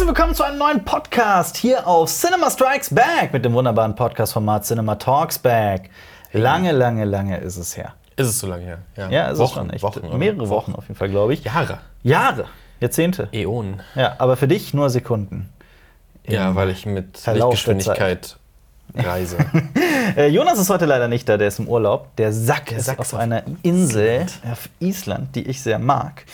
Herzlich willkommen zu einem neuen Podcast hier auf Cinema Strikes Back mit dem wunderbaren Podcast-Format Cinema Talks Back. Lange ist es her. Ist es so lange her? Ja, ist Wochen, es schon echt. Wochen, mehrere Wochen auf jeden Fall, glaube ich. Jahre. Jahrzehnte. Äonen. Ja, aber für dich nur Sekunden. Ja, weil ich mit Verlauf der Lichtgeschwindigkeit reise. Jonas ist heute leider nicht da, der ist im Urlaub. Der Sack ist auf einer Insel auf Island, die ich sehr mag.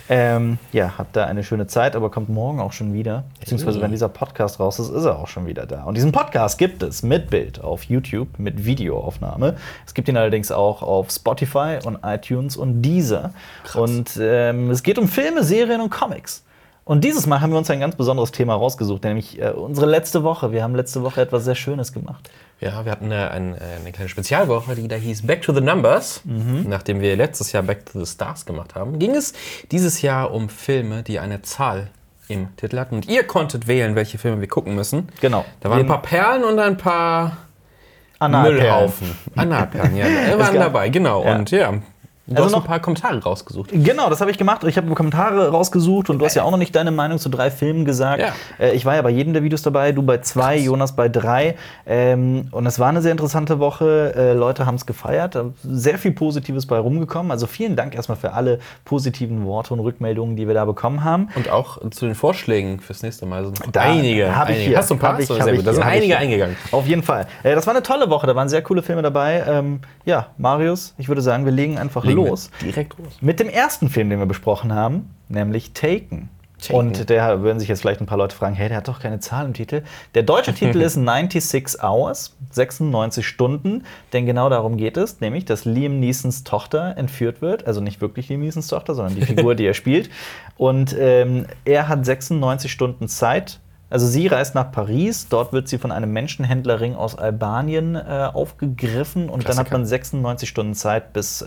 Hat da eine schöne Zeit, aber kommt morgen auch schon wieder. Beziehungsweise, wenn dieser Podcast raus ist, ist er auch schon wieder da. Und diesen Podcast gibt es mit Bild auf YouTube, mit Videoaufnahme. Es gibt ihn allerdings auch auf Spotify und iTunes und Deezer. Krass. Und es geht um Filme, Serien und Comics. Und dieses Mal haben wir uns ein ganz besonderes Thema rausgesucht, nämlich unsere letzte Woche. Wir haben letzte Woche etwas sehr Schönes gemacht. Ja, wir hatten eine kleine Spezialwoche, die da hieß Back to the Numbers. Nachdem wir letztes Jahr Back to the Stars gemacht haben, ging es dieses Jahr um Filme, die eine Zahl im Titel hatten. Und ihr konntet wählen, welche Filme wir gucken müssen. Genau. Da waren ein paar Perlen und ein paar Müllhaufen. Analperlen, ja. Waren dabei, genau. Ja. Und ja, du hast noch ein paar Kommentare rausgesucht. Genau, das habe ich gemacht. Ich habe Kommentare rausgesucht und du hast ja auch noch nicht deine Meinung zu 3 Filmen gesagt. Ja. Ich war ja bei jedem der Videos dabei, du bei 2, Jonas bei 3. Und es war eine sehr interessante Woche. Leute haben es gefeiert. Sehr viel Positives bei rumgekommen. Also vielen Dank erstmal für alle positiven Worte und Rückmeldungen, die wir da bekommen haben. Und auch zu den Vorschlägen fürs nächste Mal. Also einige. Hast du ein paar? Sehr gut. Da sind einige eingegangen. Auf jeden Fall. Das war eine tolle Woche. Da waren sehr coole Filme dabei. Marius, ich würde sagen, wir legen einfach los. Direkt los. Mit dem ersten Film, den wir besprochen haben, nämlich Taken. Und der würden sich jetzt vielleicht ein paar Leute fragen, hey, der hat doch keine Zahl im Titel. Der deutsche Titel ist 96 Hours, 96 Stunden, denn genau darum geht es, nämlich, dass Liam Neesons Tochter entführt wird, also nicht wirklich Liam Neesons Tochter, sondern die Figur, die er spielt. Und er hat 96 Stunden Zeit. Also sie reist nach Paris, dort wird sie von einem Menschenhändlerring aus Albanien aufgegriffen und dann hat man 96 Stunden Zeit, bis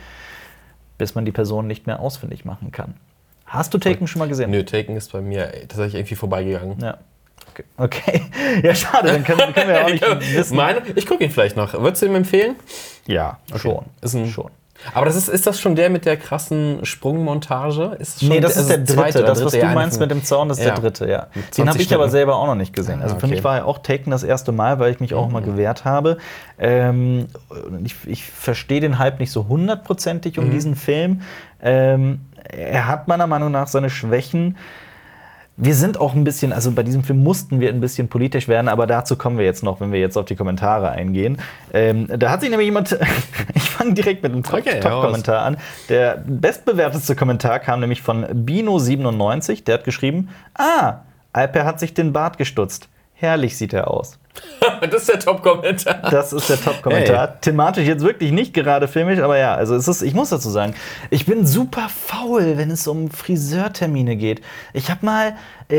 man die Person nicht mehr ausfindig machen kann. Hast du Taken schon mal gesehen? Nö, Taken ist bei mir tatsächlich irgendwie vorbeigegangen. Ja. Okay. Ja, schade, dann können wir ja auch nicht wissen. Ich gucke ihn vielleicht noch. Würdest du ihm empfehlen? Ja, okay. Schon. Aber ist das schon der mit der krassen Sprungmontage? Das ist der dritte. Das, was du meinst mit dem Zaun, das ist der dritte, ja. Den habe ich aber selber auch noch nicht gesehen. Also für mich war ja auch Taken das erste Mal, weil ich mich auch mal gewehrt habe. Ich verstehe den Hype nicht so hundertprozentig um diesen Film. Er hat meiner Meinung nach seine Schwächen. Wir sind auch ein bisschen, also bei diesem Film mussten wir ein bisschen politisch werden, aber dazu kommen wir jetzt noch, wenn wir jetzt auf die Kommentare eingehen. Da hat sich nämlich jemand, ich fange direkt mit einem Top-Kommentar an. Der bestbewertetste Kommentar kam nämlich von Bino97, der hat geschrieben, Alper hat sich den Bart gestutzt. Herrlich sieht er aus. Das ist der Top-Kommentar. Das ist der Top-Kommentar. Hey. Thematisch jetzt wirklich nicht gerade filmisch, aber ja, also ich muss dazu sagen, ich bin super faul, wenn es um Friseurtermine geht. Ich habe mal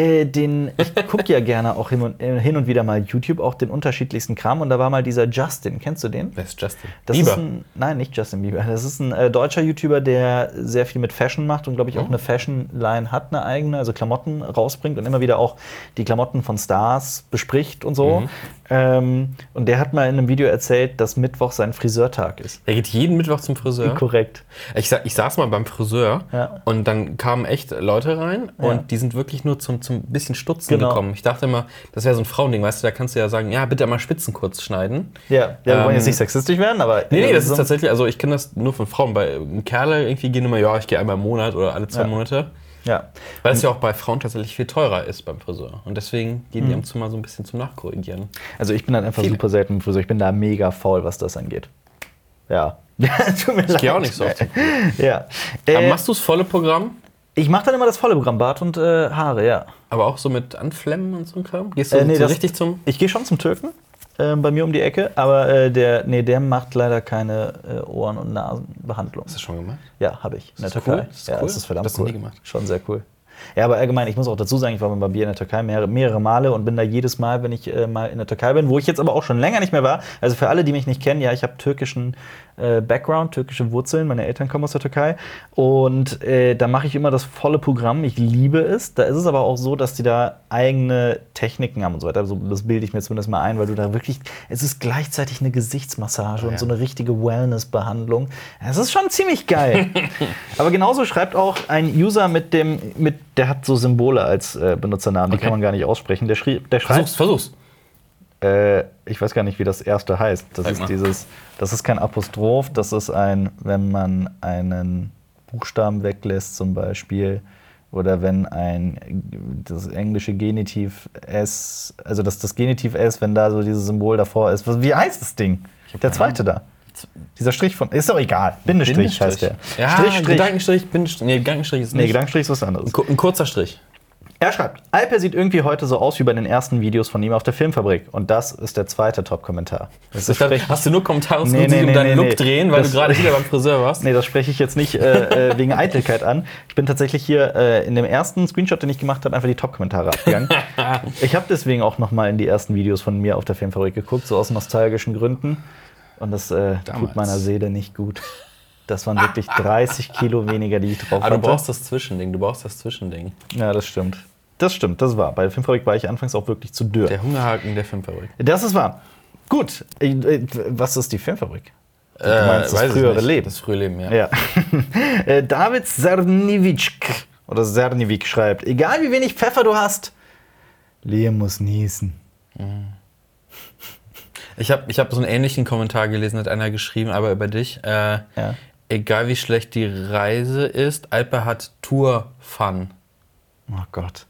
ich gucke ja gerne auch hin und wieder mal YouTube, auch den unterschiedlichsten Kram. Und da war mal dieser Justin. Kennst du den? Wer ist Justin? Bieber? Nein, nicht Justin Bieber. Das ist ein deutscher YouTuber, der sehr viel mit Fashion macht und, glaube ich, auch eine Fashion-Line hat, eine eigene, also Klamotten rausbringt und immer wieder auch die Klamotten von Stars bespricht und so. Und der hat mal in einem Video erzählt, dass Mittwoch sein Friseurtag ist. Er geht jeden Mittwoch zum Friseur? Korrekt. Ich saß mal beim Friseur und dann kamen echt Leute rein und die sind wirklich nur zum bisschen Stutzen gekommen. Ich dachte immer, das wäre so ein Frauending, weißt du, da kannst du ja sagen, ja, bitte mal Spitzen kurz schneiden. Ja, wir wollen jetzt nicht sexistisch werden, aber... Nee, das ist tatsächlich, also ich kenne das nur von Frauen. Bei Kerle irgendwie gehen immer, ich gehe einmal im Monat oder alle 2 Monate. Ja. Weil es ja auch bei Frauen tatsächlich viel teurer ist beim Friseur. Und deswegen gehen die ab und zu mal so ein bisschen zum Nachkorrigieren. Also ich bin halt einfach super selten im Friseur. Ich bin da mega faul, was das angeht. Ja. Tut mir leid. Ich gehe auch nicht so oft. Ja. Aber machst du das volle Programm? Ich mache dann immer das volle Programm, Bart und Haare, ja. Aber auch so mit Anflemmen und so ein Kram? Gehst du richtig zum... Ich gehe schon zum Türken, bei mir um die Ecke, aber der macht leider keine Ohren- und Nasenbehandlung. Hast du das schon gemacht? Ja, habe ich. In der Türkei. Das ist cool. Das ist verdammt cool. Das hast du nie gemacht. Schon sehr cool. Ja, aber allgemein, ich muss auch dazu sagen, ich war beim Barbier in der Türkei mehrere Male und bin da jedes Mal, wenn ich mal in der Türkei bin, wo ich jetzt aber auch schon länger nicht mehr war. Also für alle, die mich nicht kennen, ja, ich habe türkischen Background, türkische Wurzeln. Meine Eltern kommen aus der Türkei. Und da mache ich immer das volle Programm. Ich liebe es. Da ist es aber auch so, dass die da eigene Techniken haben und so weiter. Also, das bilde ich mir zumindest mal ein, weil du da wirklich, es ist gleichzeitig eine Gesichtsmassage und so eine richtige Wellness-Behandlung. Es ist schon ziemlich geil. Aber genauso schreibt auch ein User mit der hat so Symbole als Benutzernamen, die kann man gar nicht aussprechen. Der schreibt. Versuch's. Ich weiß gar nicht, wie das erste heißt. Das ist kein Apostroph, das ist wenn man einen Buchstaben weglässt zum Beispiel. Oder wenn das englische Genitiv S, also das Genitiv S, wenn da so dieses Symbol davor ist. Wie heißt das Ding? Der zweite da. Dieser Strich ist doch egal. Bindestrich heißt der. Ja, Strich. Gedankenstrich, Bindestrich. Nee, Gedankenstrich ist nicht. Nee, Gedankenstrich ist was anderes. Ein kurzer Strich. Er schreibt, Alper sieht irgendwie heute so aus wie bei den ersten Videos von ihm auf der Filmfabrik. Und das ist der zweite Top-Kommentar. Hast du nur Kommentare um deinen Look drehen, weil du gerade wieder beim Friseur warst? Nee, das spreche ich jetzt nicht wegen Eitelkeit an. Ich bin tatsächlich hier in dem ersten Screenshot, den ich gemacht habe, einfach die Top-Kommentare abgegangen. Ich habe deswegen auch noch mal in die ersten Videos von mir auf der Filmfabrik geguckt, so aus nostalgischen Gründen. Und das tut meiner Seele nicht gut. Das waren wirklich 30 Kilo weniger, die ich drauf hatte. Aber du brauchst das Zwischending. Ja, das stimmt. Das ist wahr. Bei der Filmfabrik war ich anfangs auch wirklich zu dürr. Der Hungerhaken der Filmfabrik. Das ist wahr. Gut. Was ist die Filmfabrik? Du meinst das frühere Leben. Das frühe Leben, ja. David Zerniewicz schreibt, egal wie wenig Pfeffer du hast, Liam muss niesen. Ich hab so einen ähnlichen Kommentar gelesen, hat einer geschrieben, aber über dich. Egal wie schlecht die Reise ist, Alper hat Tour-Fun. Oh Gott.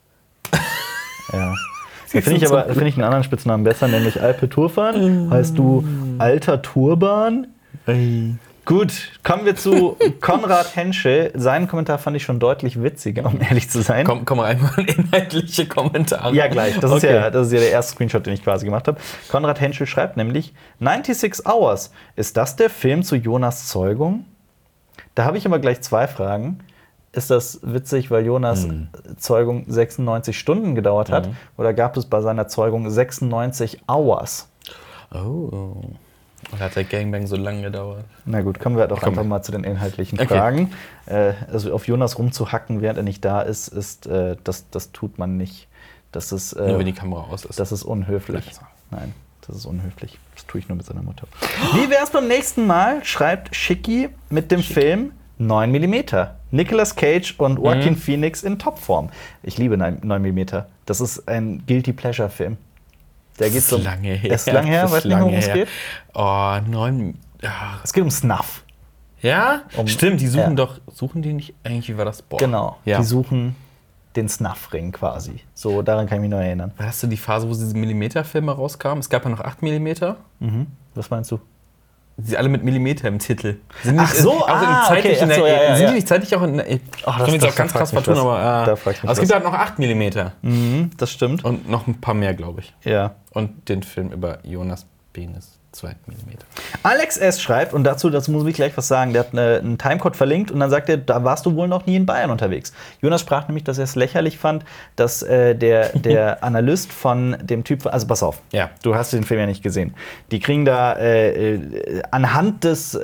Ja. Finde ich einen anderen Spitznamen besser, nämlich Alpe Tourfahren. Heißt du alter Turban? Gut, kommen wir zu Konrad Henschel. Seinen Kommentar fand ich schon deutlich witziger, um ehrlich zu sein. Komm einmal in inhaltliche Kommentare. Ja, gleich. Das ist ja der erste Screenshot, den ich quasi gemacht habe. Konrad Henschel schreibt nämlich, 96 Hours. Ist das der Film zu Jonas Zeugung? Da habe ich aber gleich zwei Fragen. Ist das witzig, weil Jonas Zeugung 96 Stunden gedauert hat? Oder gab es bei seiner Zeugung 96 Hours? Oh. Oder hat der Gangbang so lange gedauert? Na gut, kommen wir doch einfach mal zu den inhaltlichen Fragen. Also auf Jonas rumzuhacken, während er nicht da ist, das tut man nicht. Das ist, nur wenn die Kamera aus ist. Das ist unhöflich. Nein, das ist unhöflich. Das tue ich nur mit seiner Mutter. Wie wär's beim nächsten Mal, schreibt Schicki mit dem Film 9 mm. Nicolas Cage und Joaquin Phoenix in Topform. Ich liebe 9 mm. Das ist ein Guilty Pleasure-Film. Der geht lange her. Ist lange her? Weißt du nicht, worum es geht? Oh, 9. Ja. Es geht um Snuff. Ja? Stimmt, die suchen die nicht eigentlich, wie war das? Boah. Genau, die suchen den Snuff-Ring quasi. So, daran kann ich mich noch erinnern. Hast du die Phase, wo diese Millimeter-Filme rauskamen? Es gab ja noch 8 mm. Was meinst du? Sie alle mit Millimeter im Titel. Sind die nicht zeitlich auch in. Ich kann jetzt auch ganz krass vertun, aber es gibt halt noch 8 mm. Das stimmt. Und noch ein paar mehr, glaube ich. Ja. Und den Film über Jonas Penis. 2 mm. Alex S. schreibt, und dazu muss ich gleich was sagen, der hat einen Timecode verlinkt und dann sagt er, da warst du wohl noch nie in Bayern unterwegs. Jonas sprach nämlich, dass er es lächerlich fand, dass der Analyst von dem Typ, also pass auf, du hast den Film ja nicht gesehen, die kriegen da anhand des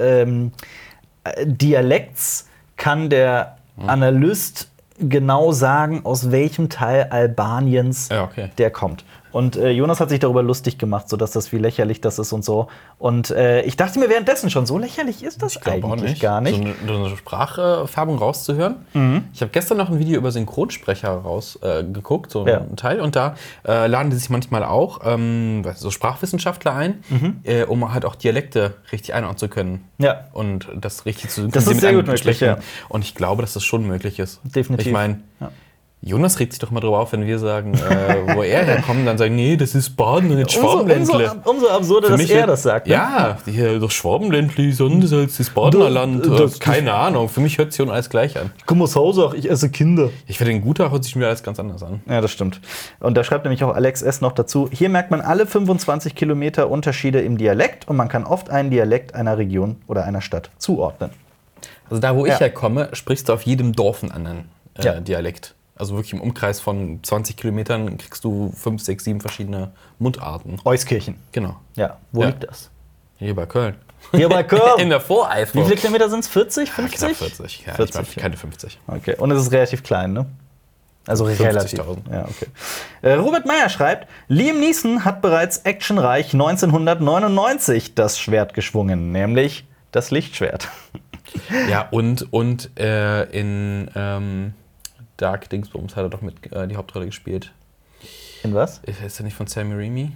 Dialekts kann der Analyst genau sagen, aus welchem Teil Albaniens der kommt. Und Jonas hat sich darüber lustig gemacht, sodass das wie lächerlich das ist und so. Und ich dachte mir währenddessen schon, so lächerlich ist das eigentlich gar nicht. So eine Sprachfärbung rauszuhören. Ich habe gestern noch ein Video über Synchronsprecher rausgeguckt, so ein Teil. Und da laden die sich manchmal auch so Sprachwissenschaftler ein, um halt auch Dialekte richtig einordnen zu können. Ja. Und das richtig zu synchronisieren. Das ist sehr gut möglich, ja. Und ich glaube, dass das schon möglich ist. Definitiv. Ich meine, Jonas regt sich doch mal drüber auf, wenn wir sagen, wo er herkommt, dann sagen, nee, das ist Baden und nicht Schwabenländle. Umso absurder, dass er das sagt. Ne? Ja, hier das Schwabenländle ist anders als das Badener Land. Keine Ahnung, für mich hört sich schon alles gleich an. Ich komme aus Hausach, ich esse Kinder. Ich finde, in Gutach hört sich mir alles ganz anders an. Ja, das stimmt. Und da schreibt nämlich auch Alex S. noch dazu, hier merkt man alle 25 Kilometer Unterschiede im Dialekt und man kann oft einen Dialekt einer Region oder einer Stadt zuordnen. Also da, wo ich herkomme, sprichst du auf jedem Dorf einen anderen Dialekt. Also wirklich im Umkreis von 20 Kilometern kriegst du 5, 6, 7 verschiedene Mundarten. Euskirchen. Genau. Ja, wo liegt das? Hier bei Köln. Hier bei Köln? In der Voreifel. Wie viele Kilometer sind es? 40, 50? Ja, knapp 40. Ja, 40, ich keine 50. Okay, und es ist relativ klein, ne? Also relativ. 50.000. Ja, okay. Robert Meyer schreibt, Liam Neeson hat bereits actionreich 1999 das Schwert geschwungen, nämlich das Lichtschwert. Ja, und in Dark Dingsbums hat er doch mit die Hauptrolle gespielt. In was? Ist er nicht von Sam Raimi?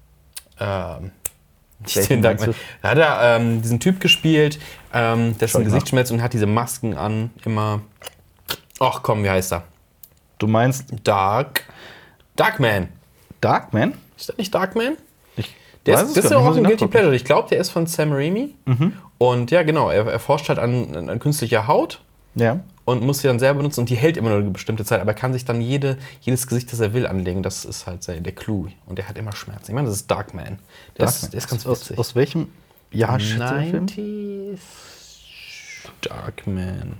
Den Darkman. Da hat er diesen Typ gespielt, dessen Gesicht schmelzt und hat diese Masken an, immer. Ach komm, wie heißt er? Du meinst Darkman. Darkman? Ist das nicht Darkman? Das ist ja auch ein Guilty Pleasure. Ich glaube, der ist von Sam Raimi. Und ja, genau, er forscht halt an künstlicher Haut. Ja. Und muss sie dann selber benutzen und die hält immer nur eine bestimmte Zeit, aber kann sich dann jedes Gesicht, das er will, anlegen. Das ist halt der Clou. Und der hat immer Schmerzen. Ich meine, das ist Darkman. Der ist ganz witzig. Aus welchem Jahr schätzt du den Film? Darkman.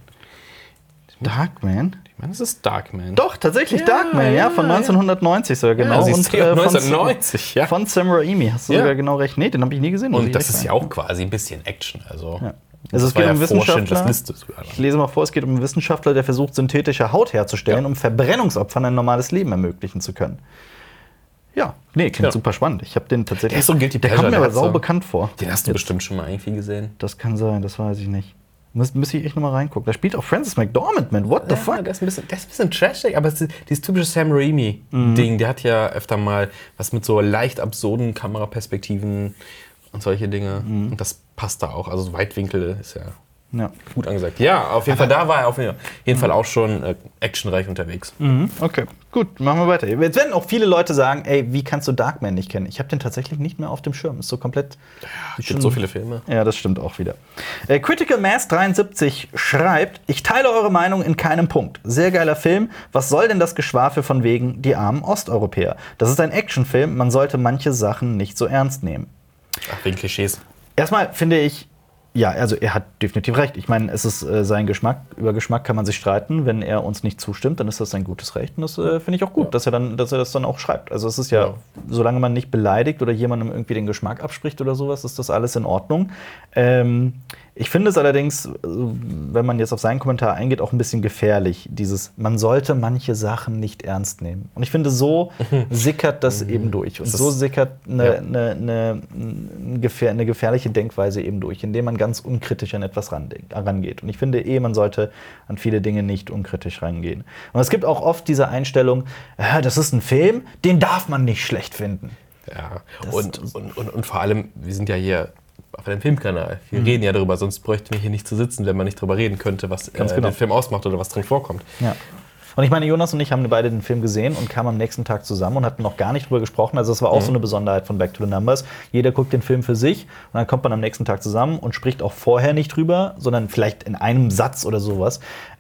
Darkman? Ich meine, das ist Darkman. Doch, tatsächlich Darkman, ja, von 1990 sogar, genau. Ja, und 1990, ja. Von Sam Raimi, hast du sogar genau recht. Nee, den habe ich nie gesehen. Und das ist ja auch quasi ein bisschen Action, also... Ja. Also es geht um einen Wissenschaftler. Ich lese mal vor, es geht um einen Wissenschaftler, der versucht, synthetische Haut herzustellen, um Verbrennungsopfern ein normales Leben ermöglichen zu können. Ja, nee, klingt super spannend. Ich habe den tatsächlich. Der ist so Guilty Pleasure. Der kommt mir aber sau bekannt vor. Den hast du bestimmt schon mal irgendwie gesehen. Das kann sein, das weiß ich nicht. Müsste ich echt noch mal reingucken. Da spielt auch Frances McDormand mit. What the fuck? Der ist ein bisschen trashig, aber dieses typische Sam Raimi-Ding, der hat ja öfter mal was mit so leicht absurden Kameraperspektiven und solche Dinge. Und das passt da auch. Also so Weitwinkel ist ja gut angesagt. Ja, auf jeden Fall, da war er auf jeden Fall auch schon actionreich unterwegs. Okay, gut, machen wir weiter. Jetzt werden auch viele Leute sagen, ey, wie kannst du Darkman nicht kennen? Ich habe den tatsächlich nicht mehr auf dem Schirm. Ist so komplett... Es gibt so viele Filme. Ja, das stimmt auch wieder. Critical Mass 73 schreibt, ich teile eure Meinung in keinem Punkt. Sehr geiler Film. Was soll denn das Geschwafel von wegen die armen Osteuropäer? Das ist ein Actionfilm. Man sollte manche Sachen nicht so ernst nehmen. Ach, wegen Klischees. Erstmal finde ich, ja, also er hat definitiv recht. Ich meine, es ist sein Geschmack. Über Geschmack kann man sich streiten. Wenn er uns nicht zustimmt, dann ist das sein gutes Recht. Und das finde ich auch gut, dass er das dann auch schreibt. Also es ist ja, solange man nicht beleidigt oder jemandem irgendwie den Geschmack abspricht oder sowas, ist das alles in Ordnung. Ich finde es allerdings, wenn man jetzt auf seinen Kommentar eingeht, auch ein bisschen gefährlich. Man sollte manche Sachen nicht ernst nehmen. Und ich finde, so sickert das eben durch. Und so sickert eine gefährliche Denkweise eben durch, indem man ganz unkritisch an etwas rangeht. Und ich finde man sollte an viele Dinge nicht unkritisch rangehen. Und es gibt auch oft diese Einstellung, das ist ein Film, den darf man nicht schlecht finden. Ja, und vor allem, wir sind ja hier auf einem Filmkanal. Wir reden ja darüber, sonst bräuchten wir hier nicht zu sitzen, wenn man nicht darüber reden könnte, was den Film ausmacht oder was drin vorkommt. Ja. Und ich meine, Jonas und ich haben beide den Film gesehen und kamen am nächsten Tag zusammen und hatten noch gar nicht drüber gesprochen. Also das war auch so eine Besonderheit von Back to the Numbers. Jeder guckt den Film für sich und dann kommt man am nächsten Tag zusammen und spricht auch vorher nicht drüber, sondern vielleicht in einem Satz oder sowas.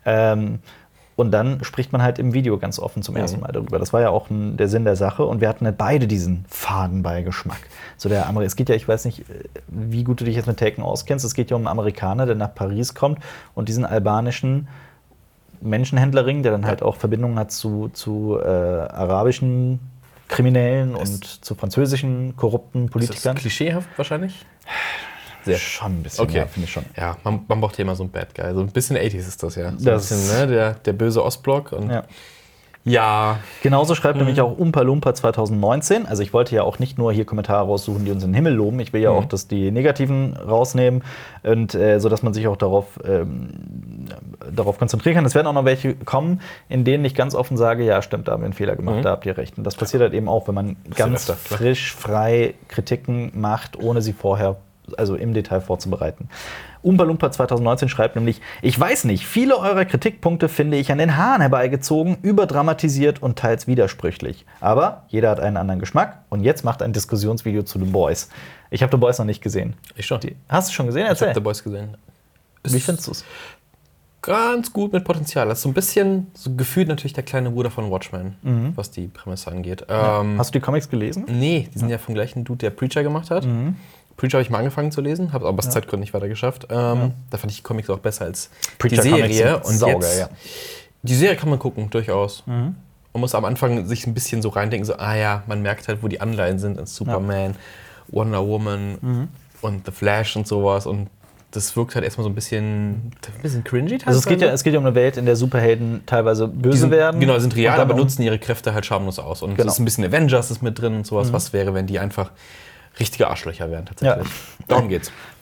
Und dann spricht man halt im Video ganz offen zum ersten Mal darüber. Das war ja auch der Sinn der Sache. Und wir hatten halt beide diesen Fadenbeigeschmack. So es geht ja, ich weiß nicht, wie gut du dich jetzt mit Taken auskennst. Es geht ja um einen Amerikaner, der nach Paris kommt und diesen albanischen Menschenhändlerring, der dann halt auch Verbindungen hat zu arabischen Kriminellen und zu französischen korrupten Politikern. Ist das klischeehaft wahrscheinlich? Sehr. Schon ein bisschen, ja, finde ich schon. Ja, man braucht ja immer so einen Bad Guy. So ein bisschen 80s ist das ja. So das ein bisschen, ne, der böse Ostblock. Und ja. Genauso schreibt nämlich auch Oompa Loompa 2019. Also ich wollte ja auch nicht nur hier Kommentare raussuchen, die uns in den Himmel loben. Ich will ja auch, dass die Negativen rausnehmen. Und so, dass man sich auch darauf konzentrieren kann. Es werden auch noch welche kommen, in denen ich ganz offen sage, ja, stimmt, da haben wir einen Fehler gemacht, da habt ihr recht. Und das passiert halt eben auch, wenn man ganz frisch, frei Kritiken macht, ohne sie vorher im Detail vorzubereiten. Oompa Loompa 2019 schreibt nämlich, ich weiß nicht, viele eurer Kritikpunkte finde ich an den Haaren herbeigezogen, überdramatisiert und teils widersprüchlich. Aber jeder hat einen anderen Geschmack und jetzt macht ein Diskussionsvideo zu The Boys. Ich habe The Boys noch nicht gesehen. Ich schon. Hast du schon gesehen? Erzähl. Ich habe The Boys gesehen. Wie findest du es? Ganz gut mit Potenzial. Das ist so ein bisschen so gefühlt natürlich der kleine Bruder von Watchmen, was die Prämisse angeht. Hast du die Comics gelesen? Nee, die sind ja vom gleichen Dude, der Preacher gemacht hat. Preacher habe ich mal angefangen zu lesen, habe es aber aus Zeitgründen nicht weiter geschafft. Da fand ich die Comics auch besser als Preacher die Serie. Und saugeil, ja. Die Serie kann man gucken, durchaus. Man muss am Anfang sich ein bisschen so reindenken, so, man merkt halt, wo die Anleihen sind in Superman, Wonder Woman und The Flash und sowas. Und das wirkt halt erstmal so ein bisschen cringy. Also es geht ja um eine Welt, in der Superhelden teilweise böse werden. Genau, sind real, aber nutzen ihre Kräfte halt schamlos aus. Und es ist ein bisschen Avengers ist mit drin und sowas. Was wäre, wenn die einfach richtige Arschlöcher wären, tatsächlich. Ja. Darum geht's.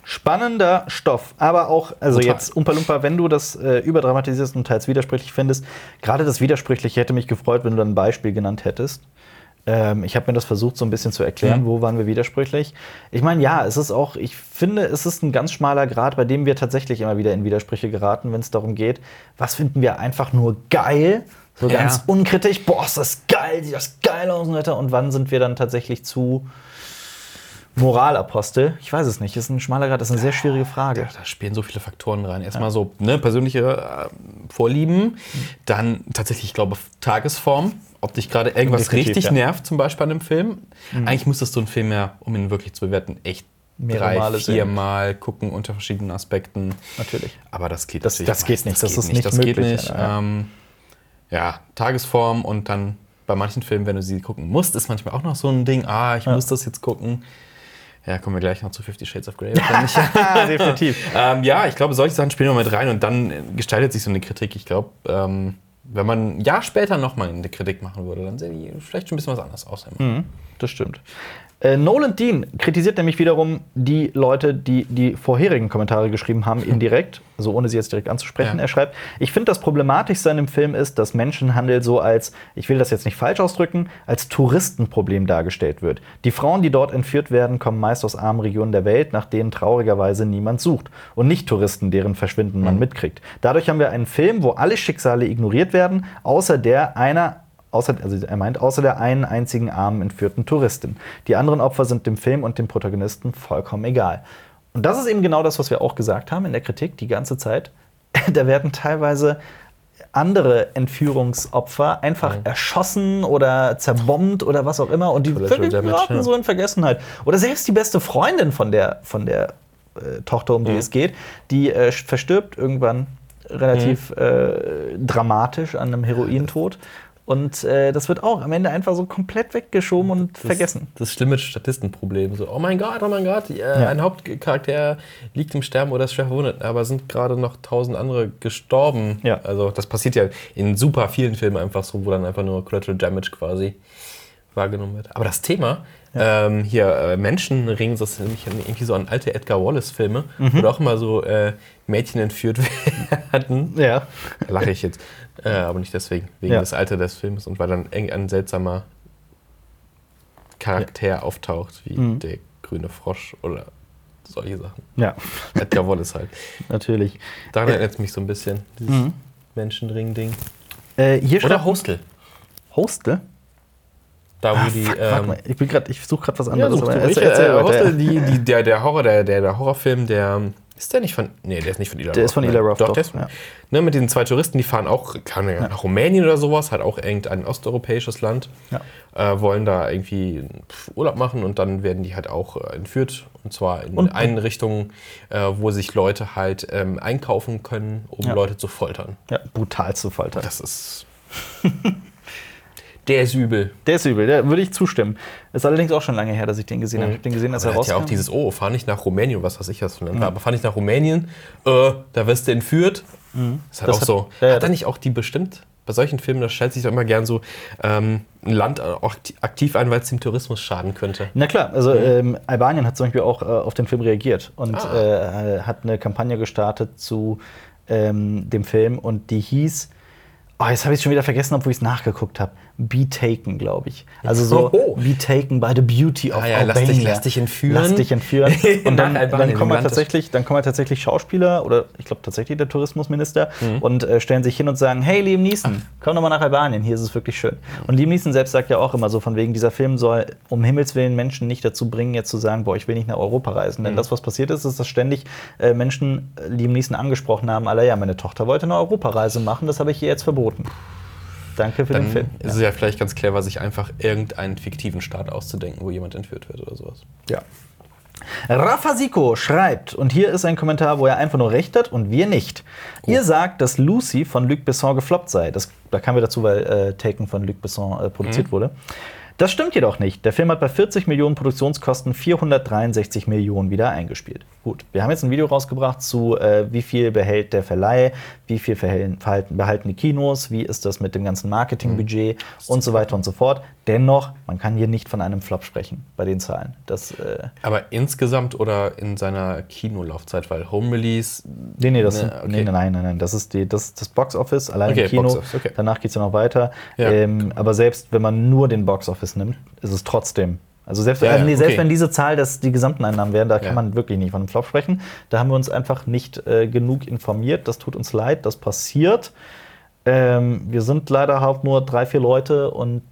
Spannender Stoff, aber auch, also total. Jetzt Oompa Loompa, wenn du das überdramatisierst und teils widersprüchlich findest, gerade das Widersprüchliche hätte mich gefreut, wenn du dann ein Beispiel genannt hättest. Ich habe mir das versucht, so ein bisschen zu erklären, wo waren wir widersprüchlich. Ich meine, ja, ich finde, es ist ein ganz schmaler Grat, bei dem wir tatsächlich immer wieder in Widersprüche geraten, wenn es darum geht, was finden wir einfach nur geil, so ganz unkritisch, boah, ist das geil, sieht das geil aus und wann sind wir dann tatsächlich zu Moralapostel? Ich weiß es nicht, ist ein schmaler Grad, das ist eine sehr schwierige Frage. Da spielen so viele Faktoren rein. Erstmal so persönliche Vorlieben, dann tatsächlich, ich glaube, Tagesform. Ob dich gerade irgendwas richtig nervt, zum Beispiel an einem Film. Eigentlich müsstest du einen Film um ihn wirklich zu bewerten, echt 3-4 Mal gucken unter verschiedenen Aspekten. Natürlich. Aber das geht natürlich das geht nicht. Das ist nicht möglich. Tagesform und dann bei manchen Filmen, wenn du sie gucken musst, ist manchmal auch noch so ein Ding, ich muss das jetzt gucken. Ja, kommen wir gleich noch zu 50 Shades of Grey. Definitiv. Ich glaube, solche Sachen spielen noch mit rein und dann gestaltet sich so eine Kritik. Ich glaube, wenn man ein Jahr später nochmal eine Kritik machen würde, dann sähe die vielleicht schon ein bisschen was anderes aus. Das stimmt. Nolan Dean kritisiert nämlich wiederum die Leute, die die vorherigen Kommentare geschrieben haben, indirekt, also ohne sie jetzt direkt anzusprechen. Ja. Er schreibt, ich finde, das Problematischste an dem Film ist, dass Menschenhandel so als, ich will das jetzt nicht falsch ausdrücken, als Touristenproblem dargestellt wird. Die Frauen, die dort entführt werden, kommen meist aus armen Regionen der Welt, nach denen traurigerweise niemand sucht. Und nicht Touristen, deren Verschwinden man mitkriegt. Dadurch haben wir einen Film, wo alle Schicksale ignoriert werden, außer der einen einzigen armen entführten Touristin. Die anderen Opfer sind dem Film und dem Protagonisten vollkommen egal. Und das ist eben genau das, was wir auch gesagt haben in der Kritik die ganze Zeit. Da werden teilweise andere Entführungsopfer einfach erschossen oder zerbombt oder was auch immer und die geraten so in Vergessenheit. Oder selbst die beste Freundin von der Tochter, um die es geht, die verstirbt irgendwann relativ dramatisch an einem Herointod. Und das wird auch am Ende einfach so komplett weggeschoben und vergessen. Das schlimme Statistenproblem. So, oh mein Gott, ein Hauptcharakter liegt im Sterben oder ist schwer verwundet, aber sind gerade noch 1000 andere gestorben. Ja. Also das passiert ja in super vielen Filmen einfach so, wo dann einfach nur Collateral Damage quasi wahrgenommen wird. Aber das Thema, Menschenring, das ist nämlich irgendwie so an alte Edgar Wallace-Filme, wo auch immer so Mädchen entführt werden. Ja. Da lache ich jetzt. Aber nicht deswegen, wegen des Alters des Films und weil dann ein seltsamer Charakter auftaucht, wie der grüne Frosch oder solche Sachen. Ja. Edgar Wallace halt. Natürlich. Daran erinnert es mich so ein bisschen, dieses Menschenring-Ding. Oder Hostel. Hostel? Da wo die. Warte mal, ich suche gerade was anderes. Hostel, der Horrorfilm, der. Ist der nicht von. Nee, der ist nicht von Eli Roth. Der ist von Eli Roth. Doch, der ist, mit diesen 2 Touristen, die fahren auch nach Rumänien oder sowas, halt auch irgendein osteuropäisches Land. Ja. Wollen da irgendwie Urlaub machen und dann werden die halt auch entführt. Und zwar in Einrichtungen, wo sich Leute halt einkaufen können, um Leute zu foltern. Ja, brutal zu foltern. Das ist. Der ist übel. Der würde ich zustimmen. Ist allerdings auch schon lange her, dass ich den gesehen habe. Ich habe den gesehen, als er rauskam. Ja auch dieses, fahr nicht nach Rumänien, was weiß ich das von dem. Aber fahr nicht nach Rumänien, da wirst du entführt. Ist halt auch so. Hat er nicht auch die bestimmt, bei solchen Filmen, da stellt sich doch immer gern so ein Land auch aktiv ein, weil es dem Tourismus schaden könnte. Na klar, also Albanien hat zum Beispiel auch auf den Film reagiert und hat eine Kampagne gestartet zu dem Film und die hieß, jetzt habe ich es schon wieder vergessen, obwohl ich es nachgeguckt habe. Be Taken, glaube ich. Also so Be Taken by the Beauty of Albania. Lass dich entführen. Lass dich entführen. Und dann kommen halt tatsächlich Schauspieler oder ich glaube tatsächlich der Tourismusminister und stellen sich hin und sagen, hey Liam Neeson, komm doch mal nach Albanien, hier ist es wirklich schön. Und Liam Neeson selbst sagt ja auch immer so von wegen, dieser Film soll um Himmels Willen Menschen nicht dazu bringen, jetzt zu sagen, ich will nicht nach Europa reisen. Denn das, was passiert ist, dass ständig Menschen Liam Neeson angesprochen haben, meine Tochter wollte eine Europareise machen, das habe ich ihr jetzt verboten. Danke für den Film. Ist es ja vielleicht ganz clever, sich einfach irgendeinen fiktiven Staat auszudenken, wo jemand entführt wird oder sowas. Ja. Rafa Siko schreibt, und hier ist ein Kommentar, wo er einfach nur recht hat und wir nicht. Ihr sagt, dass Lucy von Luc Besson gefloppt sei. Da kamen wir dazu, weil Taken von Luc Besson produziert wurde. Das stimmt jedoch nicht. Der Film hat bei 40 Millionen Produktionskosten 463 Millionen wieder eingespielt. Gut, wir haben jetzt ein Video rausgebracht zu, wie viel behält der Verleih, wie viel behalten die Kinos, wie ist das mit dem ganzen Marketingbudget und so weiter und so fort. Dennoch, man kann hier nicht von einem Flop sprechen bei den Zahlen. Aber insgesamt oder in seiner Kinolaufzeit, weil Home Release. Nein. Das ist das Box Office, allein im Kino. Okay. Danach geht es ja noch weiter. Ja. Aber selbst wenn man nur den Box Office nimmt, ist es trotzdem. Also selbst wenn diese Zahl die gesamten Einnahmen wären, da kann man wirklich nicht von einem Flop sprechen. Da haben wir uns einfach nicht genug informiert. Das tut uns leid, das passiert. Wir sind leider halt nur 3-4 Leute und